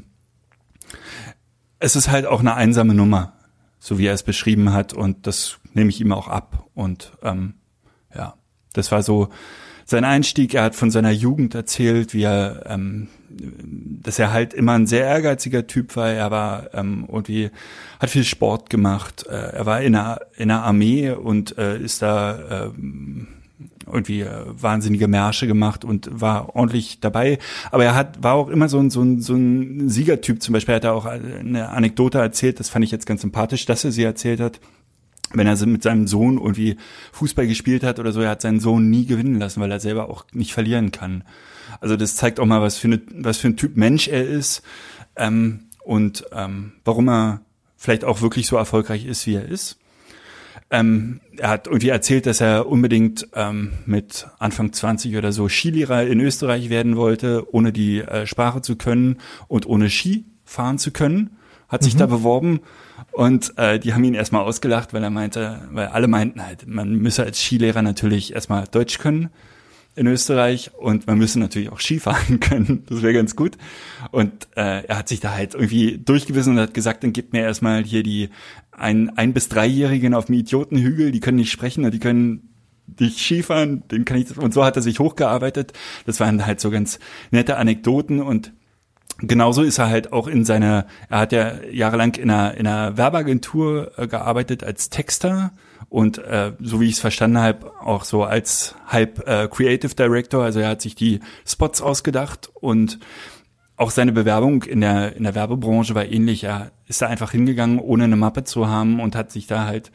B: es ist halt auch eine einsame Nummer, so wie er es beschrieben hat. Und das nehme ich ihm auch ab. Und ähm, ja, das war so sein Einstieg. Er hat von seiner Jugend erzählt, wie er, ähm, dass er halt immer ein sehr ehrgeiziger Typ war. Er war ähm, irgendwie, hat viel Sport gemacht. Äh, er war in der, in der Armee und äh, ist da ähm, irgendwie äh, wahnsinnige Märsche gemacht und war ordentlich dabei. Aber er hat, war auch immer so ein, so ein, so ein Siegertyp. Zum Beispiel hat er auch eine Anekdote erzählt, das fand ich jetzt ganz sympathisch, dass er sie erzählt hat. Wenn er mit seinem Sohn irgendwie Fußball gespielt hat oder so, er hat seinen Sohn nie gewinnen lassen, weil er selber auch nicht verlieren kann. Also das zeigt auch mal, was für eine, was für ein Typ Mensch er ist ähm, und ähm, warum er vielleicht auch wirklich so erfolgreich ist, wie er ist. Ähm, er hat irgendwie erzählt, dass er unbedingt ähm, mit Anfang zwanzig oder so Skilehrer in Österreich werden wollte, ohne die äh, Sprache zu können und ohne Ski fahren zu können. Hat sich mhm. da beworben und äh, die haben ihn erstmal ausgelacht, weil er meinte, weil alle meinten halt, man müsse als Skilehrer natürlich erstmal Deutsch können in Österreich und man müsse natürlich auch Ski fahren können, das wäre ganz gut. Und äh, er hat sich da halt irgendwie durchgewiesen und hat gesagt, dann gibt mir erstmal hier die ein, ein- bis dreijährigen auf dem Idiotenhügel, die können nicht sprechen und die können nicht Skifahren, den kann ich, und so hat er sich hochgearbeitet. Das waren halt so ganz nette Anekdoten und genauso ist er halt auch in seiner, er hat ja jahrelang in einer, in einer Werbeagentur äh, gearbeitet als Texter und äh, so wie ich es verstanden habe, auch so als halb äh, Creative Director, also er hat sich die Spots ausgedacht und auch seine Bewerbung in der in der Werbebranche war ähnlich. Er ist da einfach hingegangen, ohne eine Mappe zu haben und hat sich da halt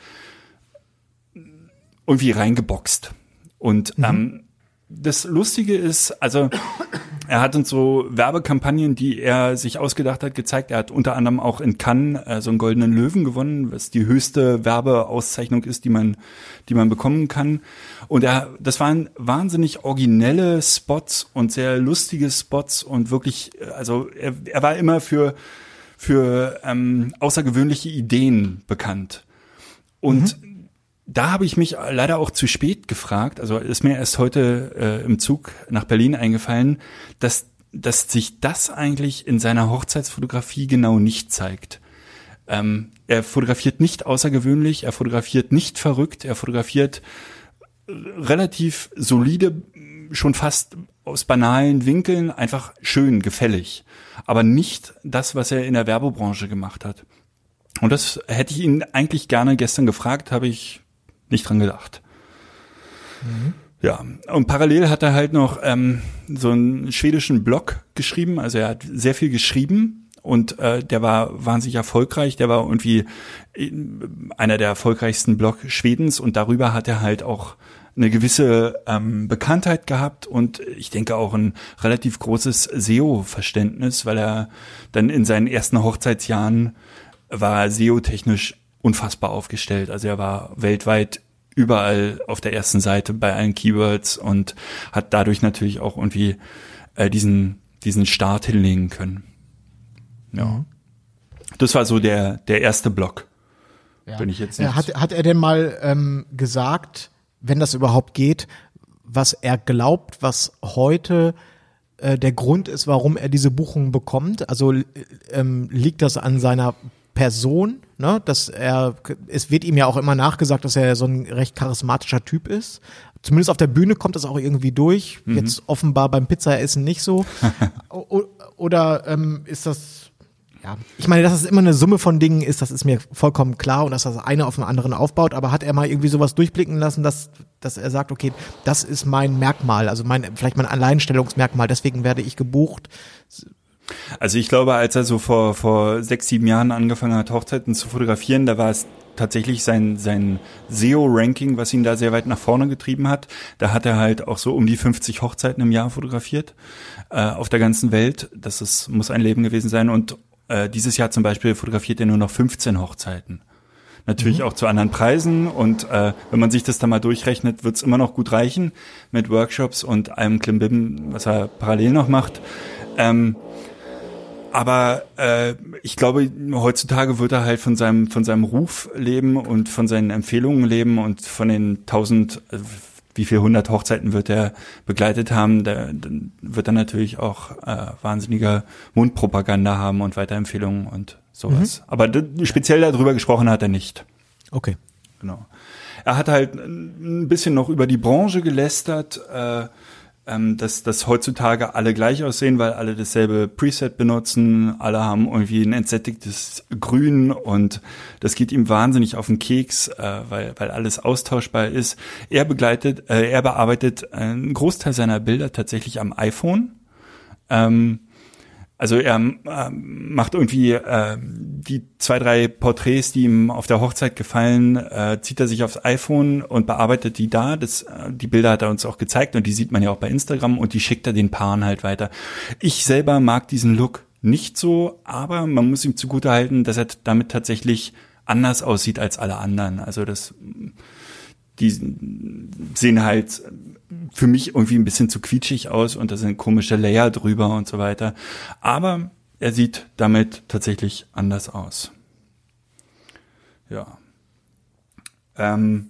B: irgendwie reingeboxt. Und mhm. ähm, das Lustige ist, also er hat uns so Werbekampagnen, die er sich ausgedacht hat, gezeigt. Er hat unter anderem auch in Cannes äh, so einen goldenen Löwen gewonnen, was die höchste Werbeauszeichnung ist, die man, die man bekommen kann. Und er, das waren wahnsinnig originelle Spots und sehr lustige Spots und wirklich, also er, er war immer für für ähm, außergewöhnliche Ideen bekannt. Und mhm. Da habe ich mich leider auch zu spät gefragt, also ist mir erst heute äh, im Zug nach Berlin eingefallen, dass, dass sich das eigentlich in seiner Hochzeitsfotografie genau nicht zeigt. Ähm, er fotografiert nicht außergewöhnlich, er fotografiert nicht verrückt, er fotografiert relativ solide, schon fast aus banalen Winkeln, einfach schön, gefällig, aber nicht das, was er in der Werbebranche gemacht hat. Und das hätte ich ihn eigentlich gerne gestern gefragt, habe ich nicht dran gedacht. Mhm. Ja, und parallel hat er halt noch ähm, so einen schwedischen Blog geschrieben, also er hat sehr viel geschrieben und äh, der war wahnsinnig erfolgreich, der war irgendwie einer der erfolgreichsten Blog Schwedens und darüber hat er halt auch eine gewisse ähm, Bekanntheit gehabt und ich denke auch ein relativ großes S E O-Verständnis, weil er dann in seinen ersten Hochzeitsjahren war S E O-technisch unfassbar aufgestellt. Also er war weltweit überall auf der ersten Seite bei allen Keywords und hat dadurch natürlich auch irgendwie äh, diesen diesen Start hinlegen können. Ja, das war so der der erste Block.
C: Ja.
B: Wenn ich jetzt nicht
C: hat hat er denn mal ähm, gesagt, wenn das überhaupt geht, was er glaubt, was heute äh, der Grund ist, warum er diese Buchungen bekommt? Also ähm, liegt das an seiner Person, ne, dass er, es wird ihm ja auch immer nachgesagt, dass er so ein recht charismatischer Typ ist. Zumindest auf der Bühne kommt das auch irgendwie durch. Mhm. Jetzt offenbar beim Pizzaessen nicht so. o- oder ähm, ist das, ja, ich meine, dass es immer eine Summe von Dingen ist, das ist mir vollkommen klar und dass das eine auf dem anderen aufbaut. Aber hat er mal irgendwie sowas durchblicken lassen, dass, dass er sagt, okay, das ist mein Merkmal, also mein, vielleicht mein Alleinstellungsmerkmal, deswegen werde ich gebucht.
B: Also ich glaube, als er so vor vor sechs, sieben Jahren angefangen hat, Hochzeiten zu fotografieren, da war es tatsächlich sein sein S E O-Ranking, was ihn da sehr weit nach vorne getrieben hat. Da hat er halt auch so um die fünfzig Hochzeiten im Jahr fotografiert äh, auf der ganzen Welt. Das ist, muss ein Leben gewesen sein. Und äh, dieses Jahr zum Beispiel fotografiert er nur noch fünfzehn Hochzeiten. Natürlich mhm. auch zu anderen Preisen und äh, wenn man sich das dann mal durchrechnet, wird's immer noch gut reichen mit Workshops und allem Klimbim, was er parallel noch macht. Ähm, Aber äh, ich glaube, heutzutage wird er halt von seinem von seinem Ruf leben und von seinen Empfehlungen leben und von den tausend, äh, wie viel hundert Hochzeiten wird er begleitet haben, da, dann wird er natürlich auch äh, wahnsinniger Mundpropaganda haben und Weiterempfehlungen und sowas. Mhm. Aber d- speziell darüber gesprochen hat er nicht.
C: Okay.
B: Genau. Er hat halt ein bisschen noch über die Branche gelästert, äh, ähm, dass, dass heutzutage alle gleich aussehen, weil alle dasselbe Preset benutzen, alle haben irgendwie ein entsättigtes Grün und das geht ihm wahnsinnig auf den Keks, äh, weil, weil alles austauschbar ist. Er begleitet, äh, er bearbeitet einen Großteil seiner Bilder tatsächlich am iPhone. Ähm, Also er äh, macht irgendwie äh, die zwei, drei Porträts, die ihm auf der Hochzeit gefallen, äh, zieht er sich aufs iPhone und bearbeitet die da. Das, äh, die Bilder hat er uns auch gezeigt und die sieht man ja auch bei Instagram und die schickt er den Paaren halt weiter. Ich selber mag diesen Look nicht so, aber man muss ihm zugutehalten, dass er damit tatsächlich anders aussieht als alle anderen. Also das, die sehen halt für mich irgendwie ein bisschen zu quietschig aus und da sind komische Layer drüber und so weiter. Aber er sieht damit tatsächlich anders aus. Ja. Ähm,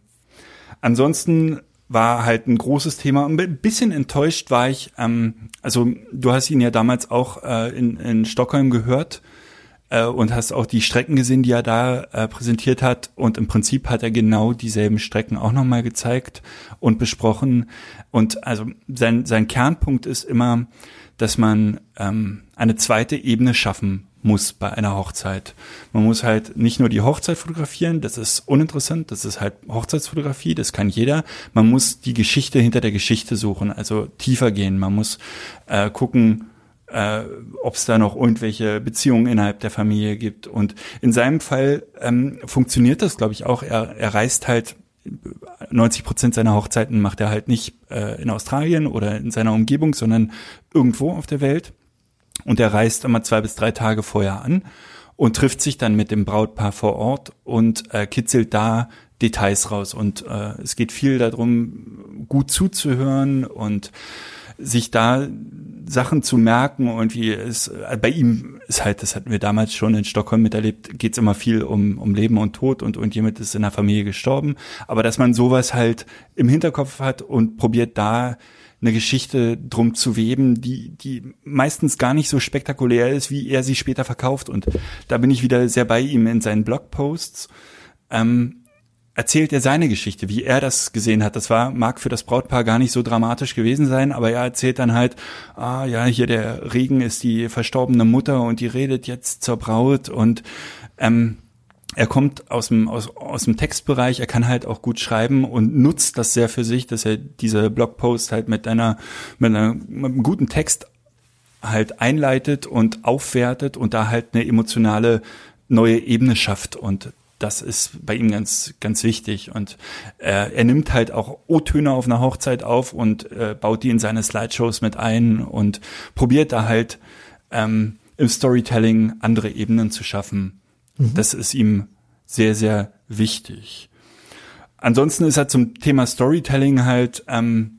B: ansonsten war halt ein großes Thema. Ein bisschen enttäuscht war ich, ähm, also du hast ihn ja damals auch äh, in, in Stockholm gehört äh, und hast auch die Strecken gesehen, die er da äh, präsentiert hat. Und im Prinzip hat er genau dieselben Strecken auch nochmal gezeigt und besprochen. Und also sein, sein Kernpunkt ist immer, dass man ähm, eine zweite Ebene schaffen muss bei einer Hochzeit. Man muss halt nicht nur die Hochzeit fotografieren, das ist uninteressant, das ist halt Hochzeitsfotografie, das kann jeder. Man muss die Geschichte hinter der Geschichte suchen, also tiefer gehen. Man muss äh, gucken, äh, ob es da noch irgendwelche Beziehungen innerhalb der Familie gibt. Und in seinem Fall ähm, funktioniert das, glaube ich, auch. Er, er reist halt, neunzig Prozent seiner Hochzeiten macht er halt nicht äh, in Australien oder in seiner Umgebung, sondern irgendwo auf der Welt. Und er reist immer zwei bis drei Tage vorher an und trifft sich dann mit dem Brautpaar vor Ort und äh, kitzelt da Details raus. Und äh, es geht viel darum, gut zuzuhören und sich da Sachen zu merken. Und wie es äh, bei ihm ist halt, das hatten wir damals schon in Stockholm miterlebt, geht es immer viel um um Leben und Tod und irgendjemand ist in der Familie gestorben. Aber dass man sowas halt im Hinterkopf hat und probiert da eine Geschichte drum zu weben, die die meistens gar nicht so spektakulär ist, wie er sie später verkauft. Und da bin ich wieder sehr bei ihm in seinen Blogposts. Ähm, erzählt er seine Geschichte, wie er das gesehen hat. Das war, mag für das Brautpaar gar nicht so dramatisch gewesen sein, aber er erzählt dann halt, ah ja, hier der Regen ist die verstorbene Mutter und die redet jetzt zur Braut und ähm, er kommt aus dem, aus, aus dem Textbereich, er kann halt auch gut schreiben und nutzt das sehr für sich, dass er diese Blogpost halt mit einer, mit, einer, mit einem guten Text halt einleitet und aufwertet und da halt eine emotionale neue Ebene schafft. Und das ist bei ihm ganz, ganz wichtig. Und äh, er nimmt halt auch O-Töne auf einer Hochzeit auf und äh, baut die in seine Slideshows mit ein und probiert da halt ähm, im Storytelling andere Ebenen zu schaffen. Mhm. Das ist ihm sehr, sehr wichtig. Ansonsten ist er zum Thema Storytelling halt, ähm,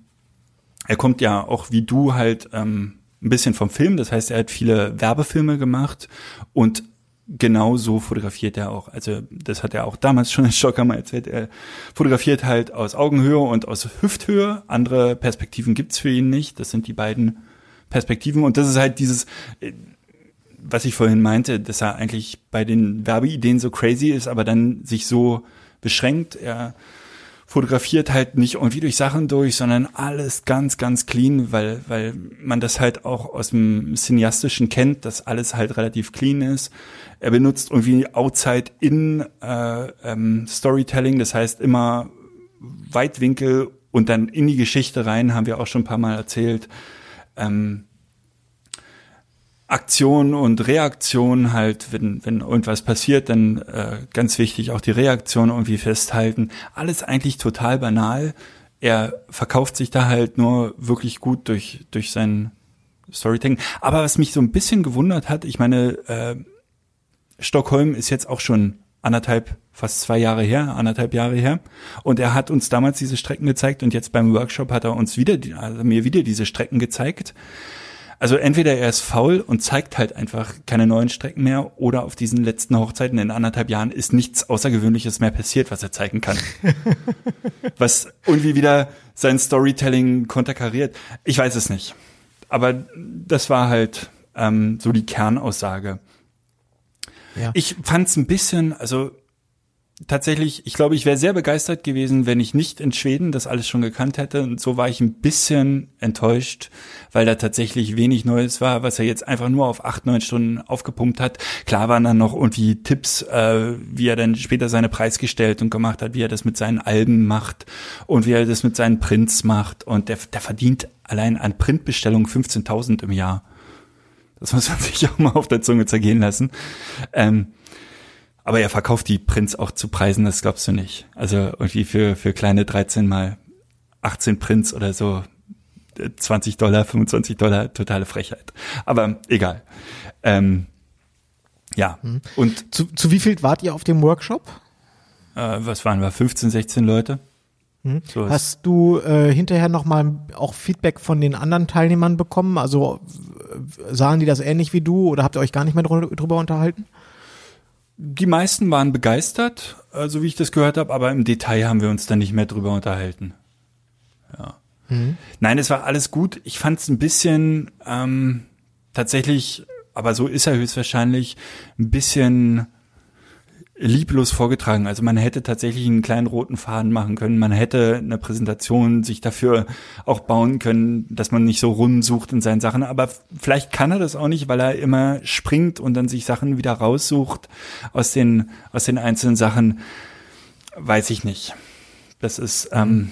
B: er kommt ja auch wie du halt ähm, ein bisschen vom Film, das heißt, er hat viele Werbefilme gemacht und genau so fotografiert er auch. Also das hat er auch damals schon in Stockholm erzählt. Er fotografiert halt aus Augenhöhe und aus Hüfthöhe. Andere Perspektiven gibt's für ihn nicht. Das sind die beiden Perspektiven und das ist halt dieses, was ich vorhin meinte, dass er eigentlich bei den Werbeideen so crazy ist, aber dann sich so beschränkt. Er fotografiert halt nicht irgendwie durch Sachen durch, sondern alles ganz, ganz clean, weil weil man das halt auch aus dem Cineastischen kennt, dass alles halt relativ clean ist. Er benutzt irgendwie Outside-In äh, ähm, Storytelling, das heißt immer Weitwinkel und dann in die Geschichte rein, haben wir auch schon ein paar Mal erzählt. Ähm, Aktion und Reaktion halt, wenn wenn irgendwas passiert, dann äh, ganz wichtig auch die Reaktion irgendwie festhalten. Alles eigentlich total banal. Er verkauft sich da halt nur wirklich gut durch durch sein Storytelling. Aber was mich so ein bisschen gewundert hat, ich meine, äh, Stockholm ist jetzt auch schon anderthalb, fast zwei Jahre her, anderthalb Jahre her. Und er hat uns damals diese Strecken gezeigt und jetzt beim Workshop hat er uns wieder, also mir wieder diese Strecken gezeigt. Also entweder er ist faul und zeigt halt einfach keine neuen Strecken mehr, oder auf diesen letzten Hochzeiten in anderthalb Jahren ist nichts Außergewöhnliches mehr passiert, was er zeigen kann. Was irgendwie wieder sein Storytelling konterkariert. Ich weiß es nicht. Aber das war halt ähm, so die Kernaussage.
C: Ja.
B: Ich fand es ein bisschen, also tatsächlich, ich glaube, ich wäre sehr begeistert gewesen, wenn ich nicht in Schweden das alles schon gekannt hätte. Und so war ich ein bisschen enttäuscht, weil da tatsächlich wenig Neues war, was er jetzt einfach nur auf acht, neun Stunden aufgepumpt hat. Klar waren dann noch irgendwie Tipps, äh, wie er dann später seine Preisgestaltung gemacht hat, wie er das mit seinen Alben macht und wie er das mit seinen Prints macht. Und der, der verdient allein an Printbestellungen fünfzehntausend im Jahr. Das muss man sich auch mal auf der Zunge zergehen lassen. Ähm, aber er verkauft die Prints auch zu Preisen, das glaubst du nicht. Also irgendwie für für kleine dreizehn mal achtzehn Prints oder so, zwanzig Dollar, fünfundzwanzig Dollar, totale Frechheit. Aber egal. Ähm, ja.
C: Hm.
B: Und
C: Zu, zu wie viel wart ihr auf dem Workshop?
B: äh, was waren wir, fünfzehn, sechzehn Leute?
C: Hm.
B: So ist-
C: Hast du äh, hinterher nochmal auch Feedback von den anderen Teilnehmern bekommen? Also äh, sahen die das ähnlich wie du oder habt ihr euch gar nicht mehr drü- drüber unterhalten?
B: Die meisten waren begeistert, äh, so wie ich das gehört habe, aber im Detail haben wir uns dann nicht mehr drüber unterhalten. Ja.
C: Mhm.
B: Nein, es war alles gut. Ich fand es ein bisschen ähm, tatsächlich, aber so ist er höchstwahrscheinlich, ein bisschen lieblos vorgetragen. Also man hätte tatsächlich einen kleinen roten Faden machen können. Man hätte eine Präsentation sich dafür auch bauen können, dass man nicht so rumsucht in seinen Sachen. Aber vielleicht kann er das auch nicht, weil er immer springt und dann sich Sachen wieder raussucht aus den aus den einzelnen Sachen. Weiß ich nicht. Das ist ähm,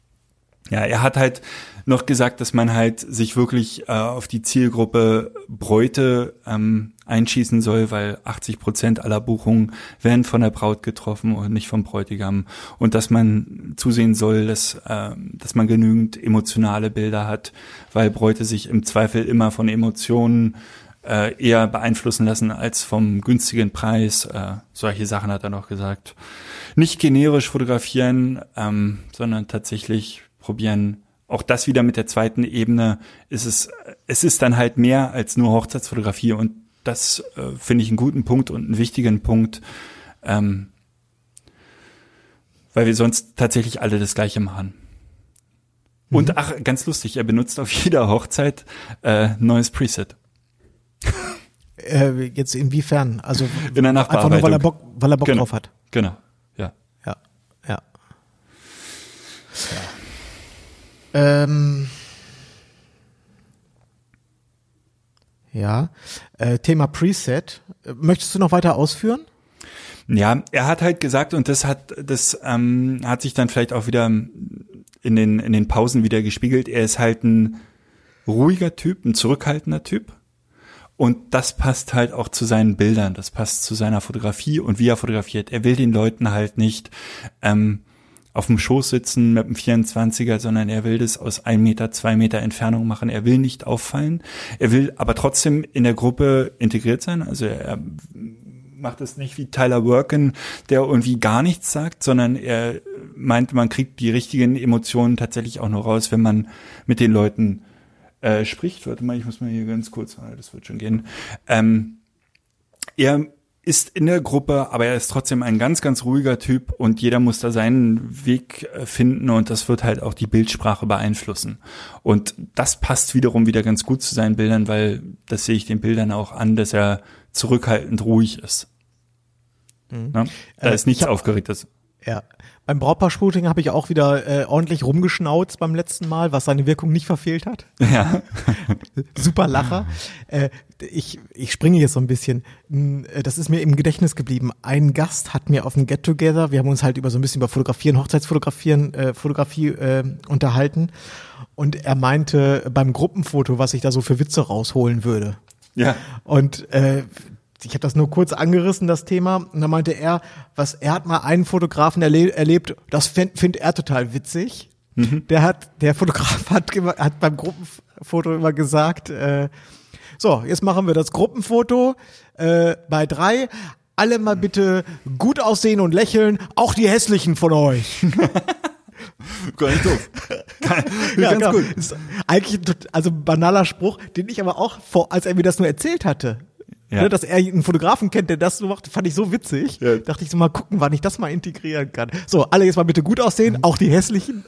B: ja, er hat halt noch gesagt, dass man halt sich wirklich äh, auf die Zielgruppe Bräute ähm, einschießen soll, weil achtzig Prozent aller Buchungen werden von der Braut getroffen und nicht vom Bräutigam. Und dass man zusehen soll, dass, äh, dass man genügend emotionale Bilder hat, weil Bräute sich im Zweifel immer von Emotionen äh, eher beeinflussen lassen als vom günstigen Preis. Äh, solche Sachen hat er noch gesagt. Nicht generisch fotografieren, ähm, sondern tatsächlich probieren. Auch das wieder mit der zweiten Ebene ist es, es ist dann halt mehr als nur Hochzeitsfotografie, und das äh, finde ich einen guten Punkt und einen wichtigen Punkt, ähm, weil wir sonst tatsächlich alle das Gleiche machen. Mhm. Und ach, ganz lustig, er benutzt auf jeder Hochzeit äh, neues Preset.
C: Äh, jetzt inwiefern? Also
B: In der
C: einfach nur, weil er Bock, weil er Bock
B: Genau.
C: drauf hat.
B: Genau, ja.
C: Ja, ja. Ähm, ja, äh, Thema Preset. Möchtest du noch weiter ausführen?
B: Ja, er hat halt gesagt, und das hat das ähm, hat sich dann vielleicht auch wieder in den in den Pausen wieder gespiegelt. Er ist halt ein ruhiger Typ, ein zurückhaltender Typ, und das passt halt auch zu seinen Bildern. Das passt zu seiner Fotografie und wie er fotografiert. Er will den Leuten halt nicht ähm, auf dem Schoß sitzen mit einem vierundzwanziger, sondern er will das aus ein Meter, zwei Meter Entfernung machen. Er will nicht auffallen. Er will aber trotzdem in der Gruppe integriert sein. Also er macht es nicht wie Tyler Worken, der irgendwie gar nichts sagt, sondern er meint, man kriegt die richtigen Emotionen tatsächlich auch nur raus, wenn man mit den Leuten äh, spricht. Warte mal, ich muss mal hier ganz kurz, das wird schon gehen. Ähm, er ist in der Gruppe, aber er ist trotzdem ein ganz, ganz ruhiger Typ, und jeder muss da seinen Weg finden, und das wird halt auch die Bildsprache beeinflussen. Und das passt wiederum wieder ganz gut zu seinen Bildern, weil das sehe ich den Bildern auch an, dass er zurückhaltend ruhig ist.
C: Mhm.
B: Ja? Da
C: Äh,
B: ist nichts
C: ich hab-
B: Aufgeregtes.
C: Ja. Beim Brautpaar-Shooting habe ich auch wieder äh, ordentlich rumgeschnauzt beim letzten Mal, was seine Wirkung nicht verfehlt hat.
B: Ja.
C: Super Lacher. Äh, ich, ich springe jetzt so ein bisschen. N- äh, Das ist mir im Gedächtnis geblieben. Ein Gast hat mir auf dem Get-Together, wir haben uns halt über so ein bisschen über Fotografieren, Hochzeitsfotografieren, äh, Fotografie äh, unterhalten. Und er meinte beim Gruppenfoto, was ich da so für Witze rausholen würde.
B: Ja.
C: Und äh, ich habe das nur kurz angerissen, das Thema. Und da meinte er, was er hat mal einen Fotografen erle- erlebt, das findet find er total witzig. Mhm. Der hat, der Fotograf hat, immer, hat beim Gruppenfoto immer gesagt, äh, so, jetzt machen wir das Gruppenfoto äh, bei drei. Alle mal bitte gut aussehen und lächeln, auch die hässlichen von euch.
B: Gar nicht doof.
C: Ja,
B: ganz
C: genau.
B: gut.
C: Ist eigentlich ein tot- also ein banaler Spruch, den ich aber auch, vor, als er mir das nur erzählt hatte,
B: Ja.
C: ne, dass er einen Fotografen kennt, der das so macht, fand ich so witzig.
B: Ja.
C: Dachte ich so, mal gucken, wann ich das mal integrieren kann. So, alle jetzt mal bitte gut aussehen, auch die hässlichen.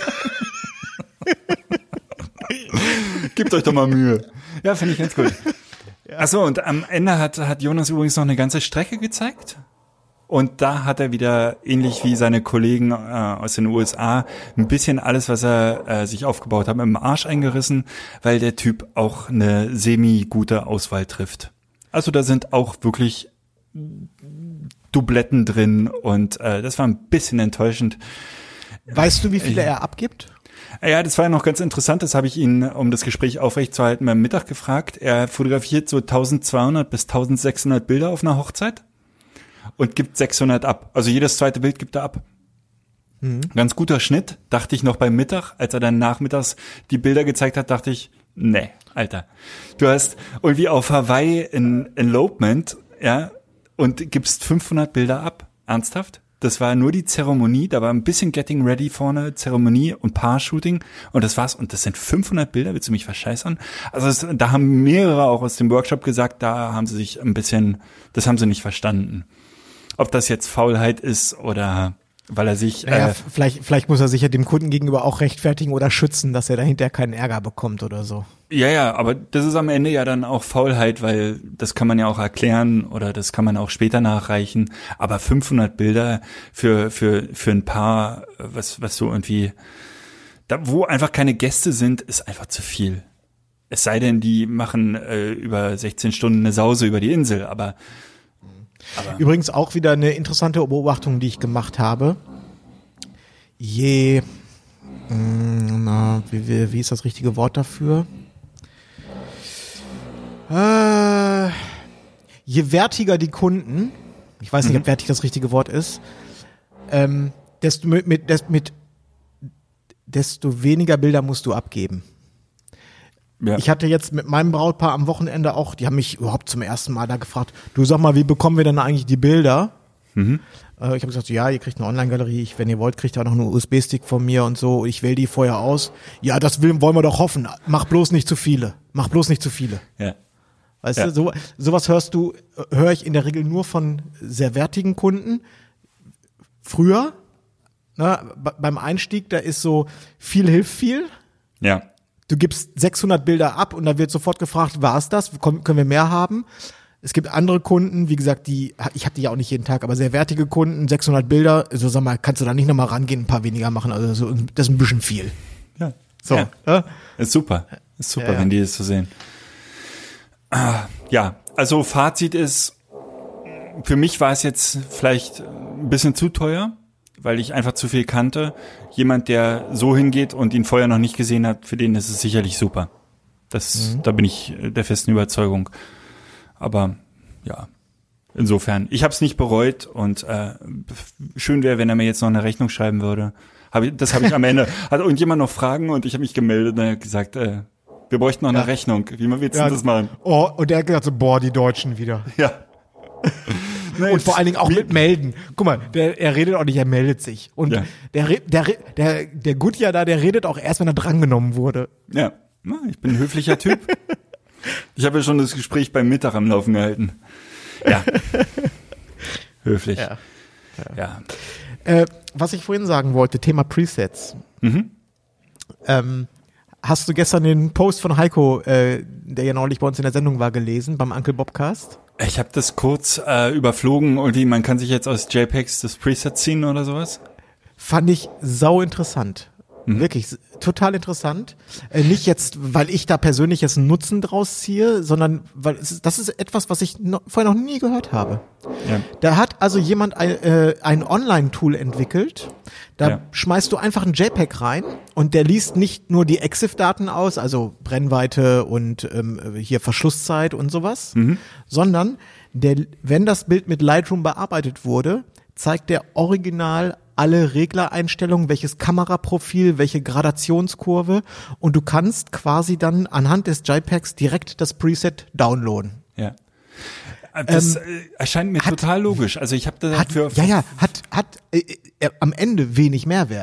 B: Gebt euch doch mal Mühe. Ja, finde ich ganz gut. Achso, und am Ende hat, hat Jonas übrigens noch eine ganze Strecke gezeigt. Und da hat er wieder, ähnlich wie seine Kollegen äh, aus den U S A, ein bisschen alles, was er äh, sich aufgebaut hat, im Arsch eingerissen, weil der Typ auch eine semi-gute Auswahl trifft. Also da sind auch wirklich Dubletten drin und äh, das war ein bisschen enttäuschend.
C: Weißt du, wie viele er abgibt?
B: Ja, das war ja noch ganz interessant, das habe ich ihn, um das Gespräch aufrechtzuerhalten, beim Mittag gefragt. Er fotografiert so eintausendzweihundert bis eintausendsechshundert Bilder auf einer Hochzeit und gibt sechshundert ab. Also jedes zweite Bild gibt er ab. Mhm. Ganz guter Schnitt, dachte ich noch beim Mittag. Als er dann nachmittags die Bilder gezeigt hat, dachte ich, nee, Alter. Du hast irgendwie auf Hawaii ein Elopement, ja, und gibst fünfhundert Bilder ab. Ernsthaft? Das war nur die Zeremonie, da war ein bisschen Getting Ready vorne, Zeremonie und Paar-Shooting und das war's. Und das sind fünfhundert Bilder, willst du mich verscheißern? Also das, da haben mehrere auch aus dem Workshop gesagt, da haben sie sich ein bisschen, das haben sie nicht verstanden. Ob das jetzt Faulheit ist oder weil er sich...
C: Naja,
B: äh,
C: vielleicht, vielleicht muss er sich ja dem Kunden gegenüber auch rechtfertigen oder schützen, dass er dahinter keinen Ärger bekommt oder so.
B: Ja, ja, aber das ist am Ende ja dann auch Faulheit, weil das kann man ja auch erklären oder das kann man auch später nachreichen. Aber fünfhundert Bilder für für für ein Paar, was was so irgendwie, da wo einfach keine Gäste sind, ist einfach zu viel. Es sei denn, die machen äh, über sechzehn Stunden eine Sause über die Insel, aber, aber
C: Übrigens auch wieder eine interessante Beobachtung, die ich gemacht habe. Je, mh, na, wie, wie, wie ist das richtige Wort dafür? Äh, je wertiger die Kunden, ich weiß nicht, ob wertig das richtige Wort ist, ähm, desto mit, mit, des- mit desto weniger Bilder musst du abgeben.
B: ja.
C: Ich hatte jetzt mit meinem Brautpaar am Wochenende auch, die haben mich überhaupt zum ersten Mal da gefragt, du sag mal, wie bekommen wir denn eigentlich die Bilder?
B: Mhm.
C: Äh, ich habe gesagt, so, ja, ihr kriegt eine Online-Galerie, ich, wenn ihr wollt, kriegt ihr auch noch einen U S B-Stick von mir und so, ich wähle die vorher aus. Ja, das will, wollen wir doch hoffen, mach bloß nicht zu viele, mach bloß nicht zu viele.
B: ja.
C: Weißt
B: Ja.
C: du, so, sowas hörst du, äh, höre ich in der Regel nur von sehr wertigen Kunden. Früher, ne, b- beim Einstieg, da ist so, viel hilft viel.
B: Ja.
C: Du gibst sechshundert Bilder ab und da wird sofort gefragt, war es das? Können können wir mehr haben? Es gibt andere Kunden, wie gesagt, die, ich habe die ja auch nicht jeden Tag, aber sehr wertige Kunden, sechshundert Bilder, so sag mal, kannst du da nicht nochmal rangehen, ein paar weniger machen, also so, das ist ein bisschen viel.
B: Ja.
C: So,
B: Ja.
C: ja?
B: Ist super. Ist super,
C: Ja, ja.
B: wenn die das so sehen. Ah, ja, also Fazit ist, für mich war es jetzt vielleicht ein bisschen zu teuer, weil ich einfach zu viel kannte. Jemand, der so hingeht und ihn vorher noch nicht gesehen hat, für den ist es sicherlich super. Das, da bin ich der festen Überzeugung. Aber ja, insofern, ich habe es nicht bereut und äh, schön wäre, wenn er mir jetzt noch eine Rechnung schreiben würde. Hab ich, das habe ich am Ende. Hat irgendjemand noch Fragen und ich habe mich gemeldet und er hat gesagt, äh, wir bräuchten noch eine
C: Ja.
B: Rechnung. Wie willst du
C: Ja.
B: das machen?
C: Oh, und der hat gesagt so, boah, die Deutschen wieder.
B: Ja. Nee,
C: Und vor allen Dingen auch
B: wie-
C: mit melden. Guck mal, der, er redet auch nicht, er meldet sich. Und
B: Ja.
C: der, re- der, re- der, der Goodyear da, der redet auch erst, wenn er drangenommen wurde.
B: Ja, Na, ich bin ein höflicher Typ. Ich habe ja schon das Gespräch beim Mittag am Laufen gehalten. Ja. Höflich.
C: Ja.
B: Ja.
C: Äh, was ich vorhin sagen wollte, Thema Presets.
B: Mhm.
C: Ähm, hast du gestern den Post von Heiko, äh, der ja neulich bei uns in der Sendung war, gelesen, beim Uncle Bobcast?
B: Ich habe das kurz äh, überflogen. Irgendwie, man kann sich jetzt aus JPEGs das Preset ziehen oder sowas.
C: Fand ich sau interessant. Wirklich s- total interessant. Äh, nicht jetzt, weil ich da persönlich jetzt einen Nutzen draus ziehe, sondern weil es ist, das ist etwas, was ich noch, vorher noch nie gehört habe.
B: Ja.
C: Da hat also jemand ein, äh, ein Online-Tool entwickelt. Da
B: Ja.
C: schmeißt du einfach ein JPEG rein und der liest nicht nur die EXIF-Daten aus, also Brennweite und ähm, hier Verschlusszeit und sowas, sondern der, wenn das Bild mit Lightroom bearbeitet wurde, zeigt der original alle Reglereinstellungen, welches Kameraprofil, welche Gradationskurve und du kannst quasi dann anhand des JPEGs direkt das Preset downloaden.
B: Ja. Das äh, erscheint mir
C: hat-
B: total logisch. Also ich habe
C: Hat,
B: dafür
C: ja, ja, hat, hat äh, äh, am Ende wenig Mehrwert.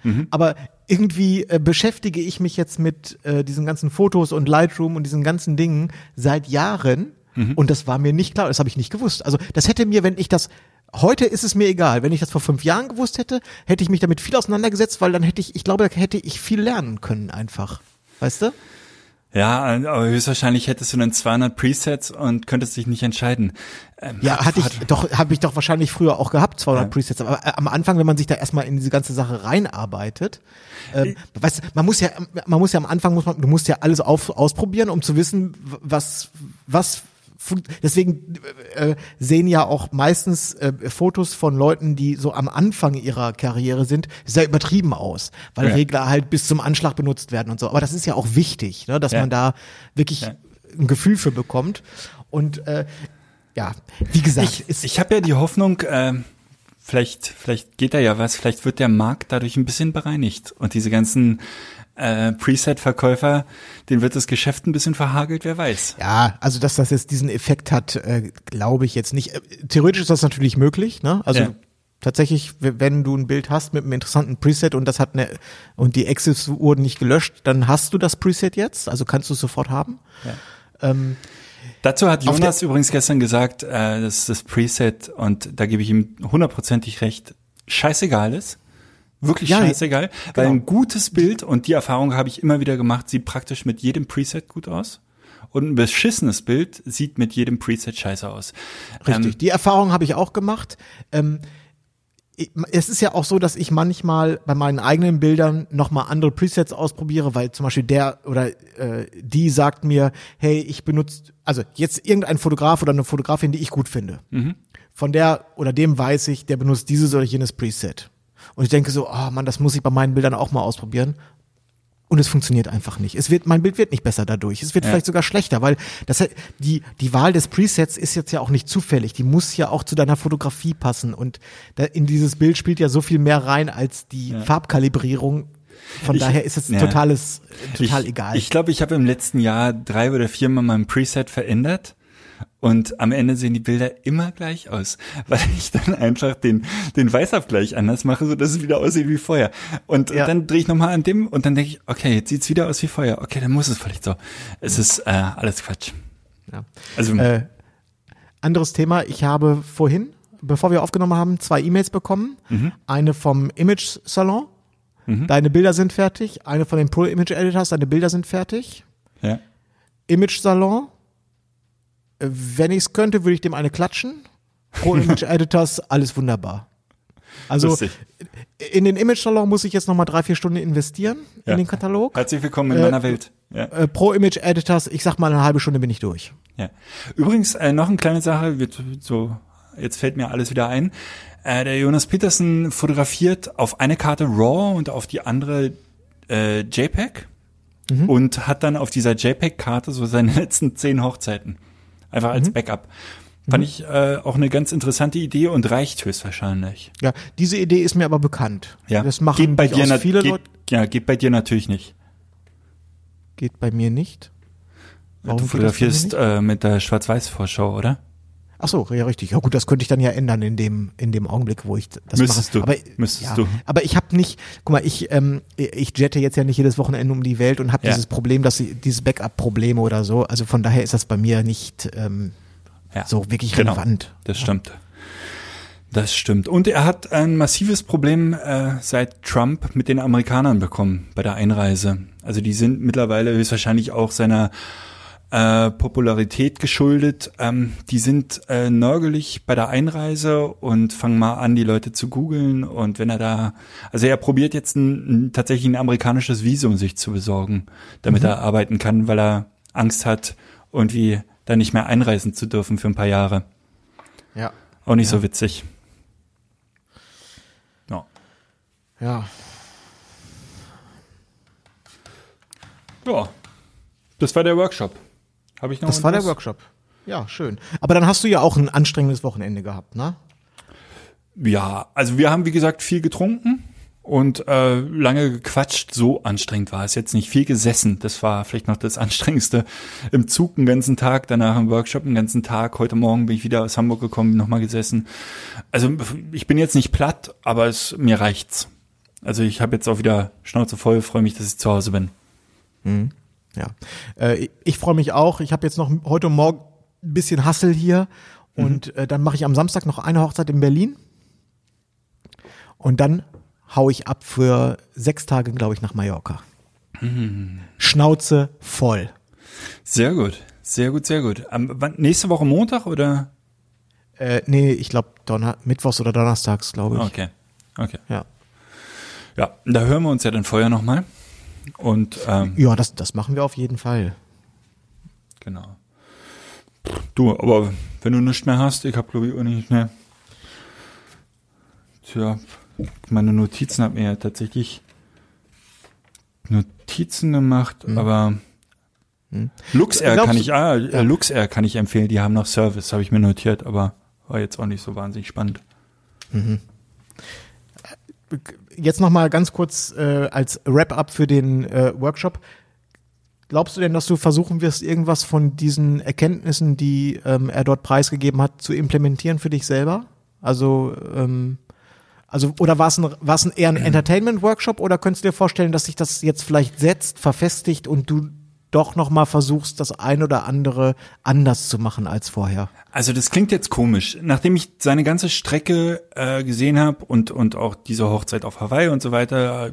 C: mhm. aber irgendwie äh, beschäftige ich mich jetzt mit äh, diesen ganzen Fotos und Lightroom und diesen ganzen Dingen seit Jahren mhm. und das war mir nicht klar, das habe ich nicht gewusst. Also das hätte mir, wenn ich das, heute ist es mir egal, wenn ich das vor fünf Jahren gewusst hätte, hätte ich mich damit viel auseinandergesetzt, weil dann hätte ich, ich glaube, da hätte ich viel lernen können einfach, weißt du?
B: Ja, aber höchstwahrscheinlich hättest du dann zweihundert Presets und könntest dich nicht entscheiden. Ähm,
C: ja, hatte ich doch, habe ich doch wahrscheinlich früher auch gehabt, zweihundert ja. Presets. Aber äh, am Anfang, wenn man sich da erstmal in diese ganze Sache reinarbeitet, ähm, weißt du, man muss ja, man muss ja am Anfang muss man, du musst ja alles auf, ausprobieren, um zu wissen, was, was. Deswegen äh, sehen ja auch meistens äh, Fotos von Leuten, die so am Anfang ihrer Karriere sind, sehr übertrieben aus, weil ja. Regler halt bis zum Anschlag benutzt werden und so. Aber das ist ja auch wichtig, ne, dass ja. man da wirklich ja. ein Gefühl für bekommt. Und äh, ja, wie gesagt,
B: ich, ist, ich habe ja die Hoffnung, äh, vielleicht, vielleicht geht da ja was, vielleicht wird der Markt dadurch ein bisschen bereinigt und diese ganzen Äh, Preset-Verkäufer, denen wird das Geschäft ein bisschen verhagelt, wer weiß.
C: Ja, also dass das jetzt diesen Effekt hat, äh, glaube ich jetzt nicht. Äh, theoretisch ist das natürlich möglich, ne? Also ja. tatsächlich, wenn du ein Bild hast mit einem interessanten Preset und das hat eine und die Access wurden nicht gelöscht, dann hast du das Preset jetzt, also kannst du es sofort haben. Ja. Ähm,
B: Dazu hat Jonas übrigens gestern gesagt, äh, dass das Preset, und da gebe ich ihm hundertprozentig recht, scheißegal ist. Wirklich ja, scheißegal, genau. Weil ein gutes Bild, und die Erfahrung habe ich immer wieder gemacht, sieht praktisch mit jedem Preset gut aus. Und ein beschissenes Bild sieht mit jedem Preset scheiße aus.
C: Richtig, ähm, die Erfahrung habe ich auch gemacht. Ähm, es ist ja auch so, dass ich manchmal bei meinen eigenen Bildern nochmal andere Presets ausprobiere, weil zum Beispiel der oder äh, die sagt mir, hey, ich benutze, also jetzt irgendein Fotograf oder eine Fotografin, die ich gut finde. Mhm. Von der oder dem weiß ich, der benutzt dieses oder jenes Preset. Und ich denke so, oh Mann, das muss ich bei meinen Bildern auch mal ausprobieren. Und es funktioniert einfach nicht. Es wird, mein Bild wird nicht besser dadurch. Es wird ja. vielleicht sogar schlechter, weil das, die, die Wahl des Presets ist jetzt ja auch nicht zufällig. Die muss ja auch zu deiner Fotografie passen. Und da, in dieses Bild spielt ja so viel mehr rein als die ja. Farbkalibrierung. Von ich, daher ist es ja. totales, total
B: ich,
C: egal.
B: Ich glaube, ich habe im letzten Jahr drei oder viermal mein Preset verändert. Und am Ende sehen die Bilder immer gleich aus, weil ich dann einfach den den Weißabgleich anders mache, so dass es wieder aussieht wie vorher. Und ja. dann drehe ich nochmal an dem und dann denke ich, okay, jetzt sieht's wieder aus wie vorher. Okay, dann muss es vielleicht so. Es ist äh, alles Quatsch.
C: Ja. Also äh, anderes Thema. Ich habe vorhin, bevor wir aufgenommen haben, zwei E-Mails bekommen. Mhm. Eine vom Image Salon. Mhm. Deine Bilder sind fertig. Eine von den Pro Image Editors. Deine Bilder sind fertig.
B: Ja.
C: Image Salon. Wenn ich es könnte, würde ich dem eine klatschen. Pro Image Editors, alles wunderbar. Also Lustig. In den Image Salon muss ich jetzt nochmal drei, vier Stunden investieren ja. in den Katalog.
B: Herzlich willkommen in äh, meiner Welt. Ja.
C: Äh, Pro Image Editors, ich sag mal eine halbe Stunde bin ich durch.
B: Ja. Übrigens äh, noch eine kleine Sache, wird so jetzt fällt mir alles wieder ein. Äh, der Jonas Petersen fotografiert auf eine Karte RAW und auf die andere äh, JPEG mhm. und hat dann auf dieser JPEG-Karte so seine letzten zehn Hochzeiten. Einfach als mhm. Backup. Fand mhm. ich äh, auch eine ganz interessante Idee und reicht höchstwahrscheinlich.
C: Ja, diese Idee ist mir aber bekannt.
B: Ja.
C: Das machen
B: geht bei dir
C: viele
B: geht,
C: Leute.
B: Ja, geht bei dir natürlich nicht.
C: Geht bei mir nicht?
B: Warum du fotografierst äh, mit der Schwarz-Weiß-Vorschau, oder?
C: Ach so, ja, richtig. Ja gut, das könnte ich dann ja ändern in dem in dem Augenblick, wo ich das
B: Müsstest
C: mache.
B: Du.
C: Aber,
B: Müsstest
C: ja,
B: du.
C: Aber ich habe nicht, guck mal, ich ähm, ich jette jetzt ja nicht jedes Wochenende um die Welt und habe
B: ja.
C: dieses Problem, dass ich, dieses Backup-Probleme oder so. Also von daher ist das bei mir nicht ähm, ja. so wirklich
B: genau.
C: relevant.
B: Das stimmt. Das stimmt. Und er hat ein massives Problem äh, seit Trump mit den Amerikanern bekommen bei der Einreise. Also die sind mittlerweile höchstwahrscheinlich auch seiner Äh, Popularität geschuldet. Ähm, die sind äh, nörgelig bei der Einreise und fangen mal an, die Leute zu googeln. Und wenn er da, also er probiert jetzt ein, ein, tatsächlich ein amerikanisches Visum sich zu besorgen, damit mhm. er arbeiten kann, weil er Angst hat, irgendwie da nicht mehr einreisen zu dürfen für ein paar Jahre.
C: Ja.
B: Auch nicht
C: ja.
B: so witzig.
C: Ja. Ja.
B: Ja. Das war der Workshop. Hab ich noch
C: das war der Workshop. Ja, schön. Aber dann hast du ja auch ein anstrengendes Wochenende gehabt, ne?
B: Ja, also wir haben, wie gesagt, viel getrunken und äh, lange gequatscht. So anstrengend war es jetzt nicht. Viel gesessen, das war vielleicht noch das Anstrengendste. Im Zug den ganzen Tag, danach im Workshop den ganzen Tag. Heute Morgen bin ich wieder aus Hamburg gekommen, nochmal gesessen. Also ich bin jetzt nicht platt, aber es mir reicht's. Also ich habe jetzt auch wieder Schnauze voll, freue mich, dass ich zu Hause bin.
C: Mhm. Ja, äh, ich freue mich auch. Ich habe jetzt noch heute und morgen ein bisschen Hassel hier und mhm. äh, dann mache ich am Samstag noch eine Hochzeit in Berlin und dann hau ich ab für sechs Tage, glaube ich, nach Mallorca. Mhm. Schnauze voll.
B: Sehr gut, sehr gut, sehr gut. Am, wann, nächste Woche Montag oder?
C: Äh, nee, ich glaube Donner- Mittwochs oder Donnerstags, glaube ich.
B: Okay, okay.
C: Ja.
B: Ja, da hören wir uns ja dann vorher nochmal. Und ähm,
C: ja, das, das machen wir auf jeden Fall.
B: Genau. Du, aber wenn du nichts mehr hast, ich habe glaube ich auch nicht mehr. Tja, meine Notizen habe mir ja tatsächlich Notizen gemacht, hm. aber hm. Luxair kann ich, ah, ja. Luxair kann ich empfehlen, die haben noch Service, habe ich mir notiert, aber war jetzt auch nicht so wahnsinnig spannend.
C: Mhm. Jetzt noch mal ganz kurz äh, als Wrap-up für den äh, Workshop. Glaubst du denn, dass du versuchen wirst, irgendwas von diesen Erkenntnissen, die ähm, er dort preisgegeben hat, zu implementieren für dich selber? Also, ähm, also oder war es ein, war es ein eher ein Entertainment-Workshop oder könntest du dir vorstellen, dass sich das jetzt vielleicht setzt, verfestigt und du doch noch mal versuchst, das ein oder andere anders zu machen als vorher?
B: Also das klingt jetzt komisch. Nachdem ich seine ganze Strecke äh, gesehen habe und und auch diese Hochzeit auf Hawaii und so weiter,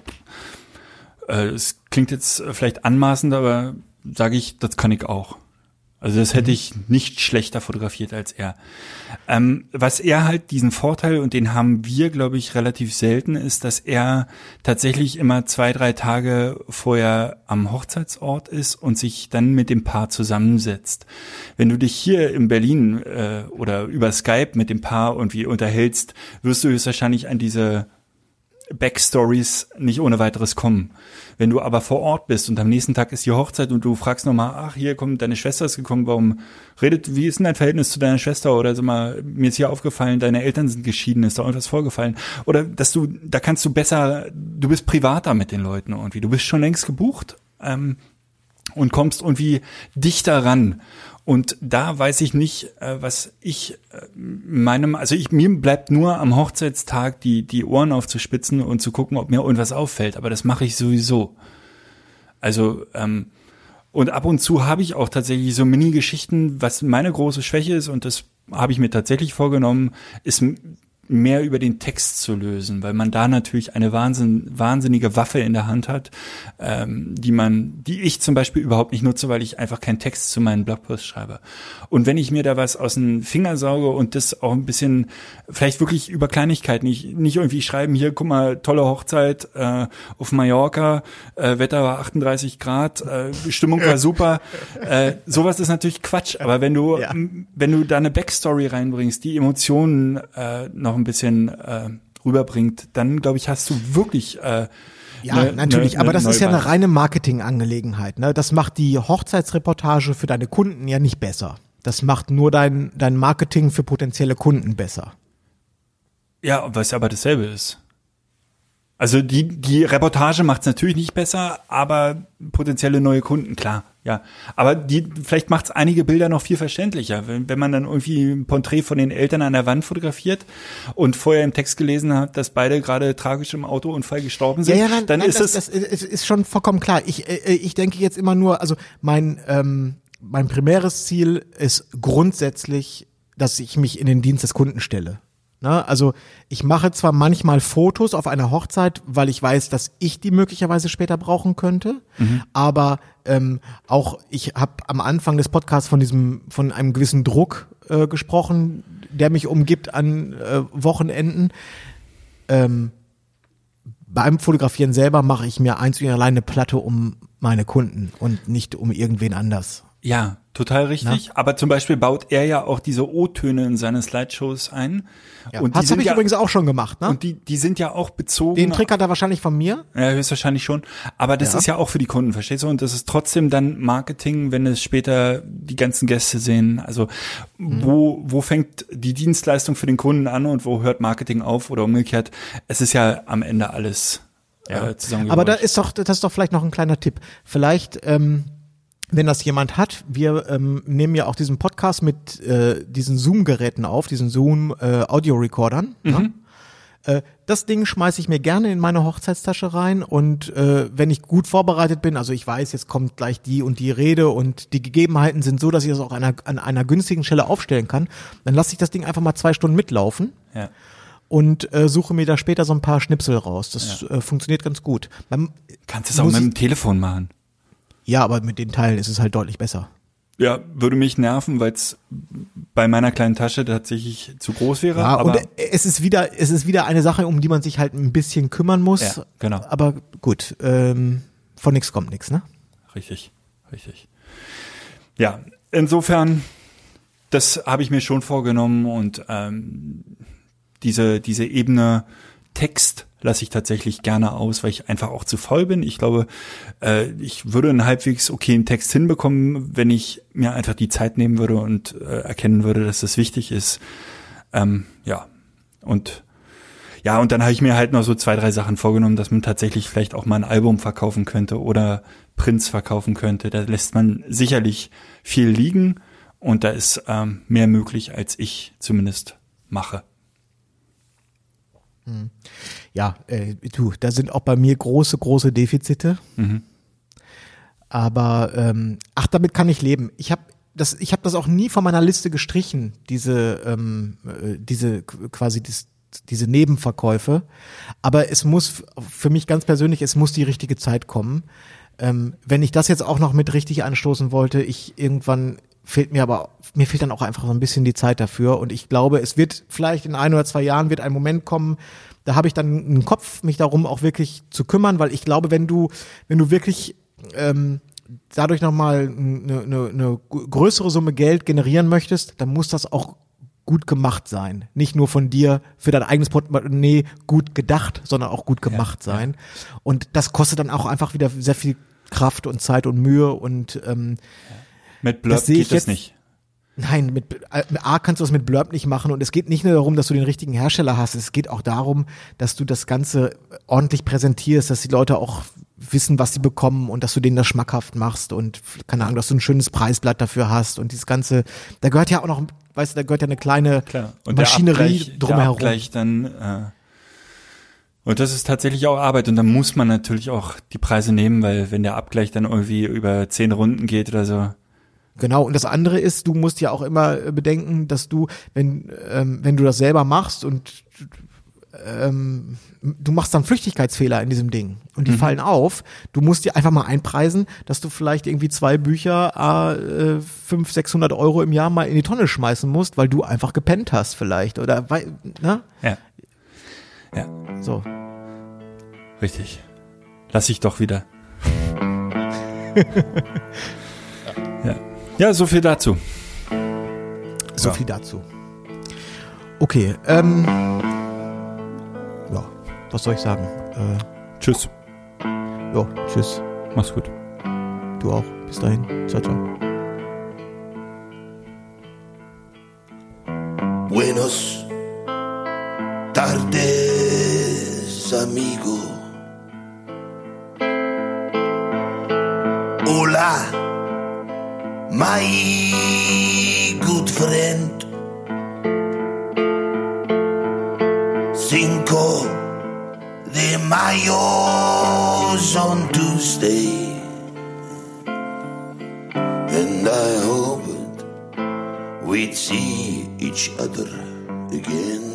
B: äh, es klingt jetzt vielleicht anmaßend, aber sage ich, das kann ich auch. Also das hätte ich nicht schlechter fotografiert als er. Ähm, was er halt diesen Vorteil, und den haben wir, glaube ich, relativ selten, ist, dass er tatsächlich immer zwei, drei Tage vorher am Hochzeitsort ist und sich dann mit dem Paar zusammensetzt. Wenn du dich hier in Berlin äh, oder über Skype mit dem Paar irgendwie unterhältst, wirst du höchstwahrscheinlich an diese Backstories nicht ohne weiteres kommen. Wenn du aber vor Ort bist und am nächsten Tag ist die Hochzeit und du fragst nochmal, ach, hier kommt, deine Schwester ist gekommen, warum redet, wie ist denn dein Verhältnis zu deiner Schwester? Oder sag mal, mir ist hier aufgefallen, deine Eltern sind geschieden, ist da irgendwas vorgefallen? Oder dass du, da kannst du besser, du bist privater mit den Leuten irgendwie, du bist schon längst gebucht ähm, und kommst irgendwie dichter ran. Und da weiß ich nicht, äh, was ich äh, meinem, also ich, mir bleibt nur am Hochzeitstag die die Ohren aufzuspitzen und zu gucken, ob mir irgendwas auffällt. Aber das mache ich sowieso. Also ähm, und ab und zu habe ich auch tatsächlich so Mini-Geschichten, was meine große Schwäche ist, und das habe ich mir tatsächlich vorgenommen, ist mehr über den Text zu lösen, weil man da natürlich eine Wahnsinn, wahnsinnige Waffe in der Hand hat, ähm, die man, die ich zum Beispiel überhaupt nicht nutze, weil ich einfach keinen Text zu meinen Blogposts schreibe. Und wenn ich mir da was aus den Finger sauge und das auch ein bisschen, vielleicht wirklich über Kleinigkeiten, nicht, nicht irgendwie schreiben, hier, guck mal, tolle Hochzeit äh, auf Mallorca, äh, Wetter war achtunddreißig Grad, äh, Stimmung war super, äh, sowas ist natürlich Quatsch, aber wenn du, ja. m- wenn du da eine Backstory reinbringst, die Emotionen äh, noch ein bisschen äh, rüberbringt, dann glaube ich, hast du wirklich äh,
C: ja,
B: ne,
C: natürlich,
B: ne,
C: aber
B: ne
C: das ist ja eine
B: Neuwahl.
C: reine Marketingangelegenheit, ne? Das macht die Hochzeitsreportage für deine Kunden ja nicht besser. Das macht nur dein dein Marketing für potenzielle Kunden besser.
B: Ja, was aber dasselbe ist. Also die die Reportage macht es natürlich nicht besser, aber potenzielle neue Kunden, klar, ja. Aber die vielleicht macht es einige Bilder noch viel verständlicher, wenn, wenn man dann irgendwie ein Porträt von den Eltern an der Wand fotografiert und vorher im Text gelesen hat, dass beide gerade tragisch im Autounfall gestorben sind,
C: ja, ja, nein,
B: dann
C: nein,
B: ist
C: das,
B: es
C: das ist, ist schon vollkommen klar. Ich äh, ich denke jetzt immer nur, also mein ähm, mein primäres Ziel ist grundsätzlich, dass ich mich in den Dienst des Kunden stelle. Ne? Also ich mache zwar manchmal Fotos auf einer Hochzeit, weil ich weiß, dass ich die möglicherweise später brauchen könnte, mhm. aber ähm, auch ich habe am Anfang des Podcasts von diesem von einem gewissen Druck äh, gesprochen, der mich umgibt an äh, Wochenenden. Ähm, beim Fotografieren selber mache ich mir einzig und allein eine Platte um meine Kunden und nicht um irgendwen anders.
B: Ja, total richtig. Na? Aber zum Beispiel baut er ja auch diese O-Töne in seine Slideshows ein.
C: Ja.
B: Und
C: das habe ich
B: ja,
C: übrigens auch schon gemacht, ne?
B: Und die, die sind ja auch bezogen.
C: Den Trick hat er wahrscheinlich von mir.
B: Ja, höchstwahrscheinlich schon. Aber das
C: ja.
B: ist ja auch für die Kunden, verstehst du? Und das ist trotzdem dann Marketing, wenn es später die ganzen Gäste sehen. Also mhm. wo wo fängt die Dienstleistung für den Kunden an und wo hört Marketing auf oder umgekehrt? Es ist ja am Ende alles
C: ja.
B: äh, zusammengebracht.
C: Aber da ist doch, das ist doch vielleicht noch ein kleiner Tipp. Vielleicht ähm, wenn das jemand hat, wir ähm, nehmen ja auch diesen Podcast mit äh, diesen Zoom-Geräten auf, diesen Zoom-Audio-Recordern. Äh, mhm. ne? Äh, das Ding schmeiße ich mir gerne in meine Hochzeitstasche rein und äh, wenn ich gut vorbereitet bin, also ich weiß, jetzt kommt gleich die und die Rede und die Gegebenheiten sind so, dass ich das auch an einer, an einer günstigen Stelle aufstellen kann, dann lasse ich das Ding einfach mal zwei Stunden mitlaufen.
B: Ja.
C: Und äh, suche mir da später so ein paar Schnipsel raus. Das ja. äh, funktioniert ganz gut. Man,
B: Kannst du es auch mit dem Telefon machen?
C: Ja, aber mit den Teilen ist es halt deutlich besser.
B: Ja, würde mich nerven, weil es bei meiner kleinen Tasche tatsächlich zu groß wäre.
C: Ja,
B: aber
C: und es ist wieder, es ist wieder eine Sache, um die man sich halt ein bisschen kümmern muss.
B: Ja, genau.
C: Aber gut, ähm, von nichts kommt nichts, ne?
B: Richtig, richtig. Ja, insofern, das habe ich mir schon vorgenommen und ähm, diese diese Ebene Text lasse ich tatsächlich gerne aus, weil ich einfach auch zu faul bin. Ich glaube, äh, ich würde einen halbwegs okayen Text hinbekommen, wenn ich mir einfach die Zeit nehmen würde und äh, erkennen würde, dass das wichtig ist. Ähm, ja, und ja, und dann habe ich mir halt noch so zwei, drei Sachen vorgenommen, dass man tatsächlich vielleicht auch mal ein Album verkaufen könnte oder Prints verkaufen könnte. Da lässt man sicherlich viel liegen und da ist ähm, mehr möglich, als ich zumindest mache.
C: Ja, äh, du, da sind auch bei mir große, große Defizite. Mhm. Aber ähm, ach, damit kann ich leben. Ich habe das, ich habe das auch nie von meiner Liste gestrichen. Diese, ähm, äh, diese quasi das, diese Nebenverkäufe. Aber es muss für mich ganz persönlich, es muss die richtige Zeit kommen. Ähm, wenn ich das jetzt auch noch mit richtig anstoßen wollte, ich irgendwann fehlt mir aber, mir fehlt dann auch einfach so ein bisschen die Zeit dafür und ich glaube, es wird vielleicht in ein oder zwei Jahren wird ein Moment kommen, da habe ich dann einen Kopf, mich darum auch wirklich zu kümmern, weil ich glaube, wenn du, wenn du wirklich ähm, dadurch nochmal eine, eine, eine größere Summe Geld generieren möchtest, dann muss das auch gut gemacht sein. Nicht nur von dir für dein eigenes Portemonnaie gut gedacht, sondern auch gut gemacht ja, sein. Ja. Und das kostet dann auch einfach wieder sehr viel Kraft und Zeit und Mühe und ähm, ja.
B: Mit Blurb das geht das jetzt nicht.
C: Nein, mit A kannst du das mit Blurb nicht machen und es geht nicht nur darum, dass du den richtigen Hersteller hast, es geht auch darum, dass du das Ganze ordentlich präsentierst, dass die Leute auch wissen, was sie bekommen und dass du denen das schmackhaft machst und keine Ahnung, dass du ein schönes Preisblatt dafür hast und dieses Ganze, da gehört ja auch noch, weißt du, da gehört ja eine kleine
B: Klar. Und
C: Maschinerie
B: der Abgleich,
C: drumherum.
B: Der Abgleich dann, äh und das ist tatsächlich auch Arbeit und dann muss man natürlich auch die Preise nehmen, weil wenn der Abgleich dann irgendwie über zehn Runden geht oder so.
C: Genau, und das andere ist, du musst ja auch immer bedenken, dass du, wenn ähm, wenn du das selber machst und ähm, du machst dann Flüchtigkeitsfehler in diesem Ding und die mhm. fallen auf, du musst dir einfach mal einpreisen, dass du vielleicht irgendwie zwei Bücher a äh, fünf, sechshundert Euro im Jahr mal in die Tonne schmeißen musst, weil du einfach gepennt hast vielleicht oder, weil, ne?
B: Ja. Ja.
C: So.
B: Richtig. Lass ich doch wieder. Ja. Ja, so viel dazu.
C: So
B: ja.
C: viel dazu. Okay, ähm, ja, was soll ich sagen? Äh,
B: tschüss.
C: Ja, tschüss.
B: Mach's gut.
C: Du auch. Bis dahin. Ciao, ciao.
D: Buenos tardes, amigo. Hola, my good friend. Cinco de Mayo's on Tuesday, and I hoped we'd see each other again.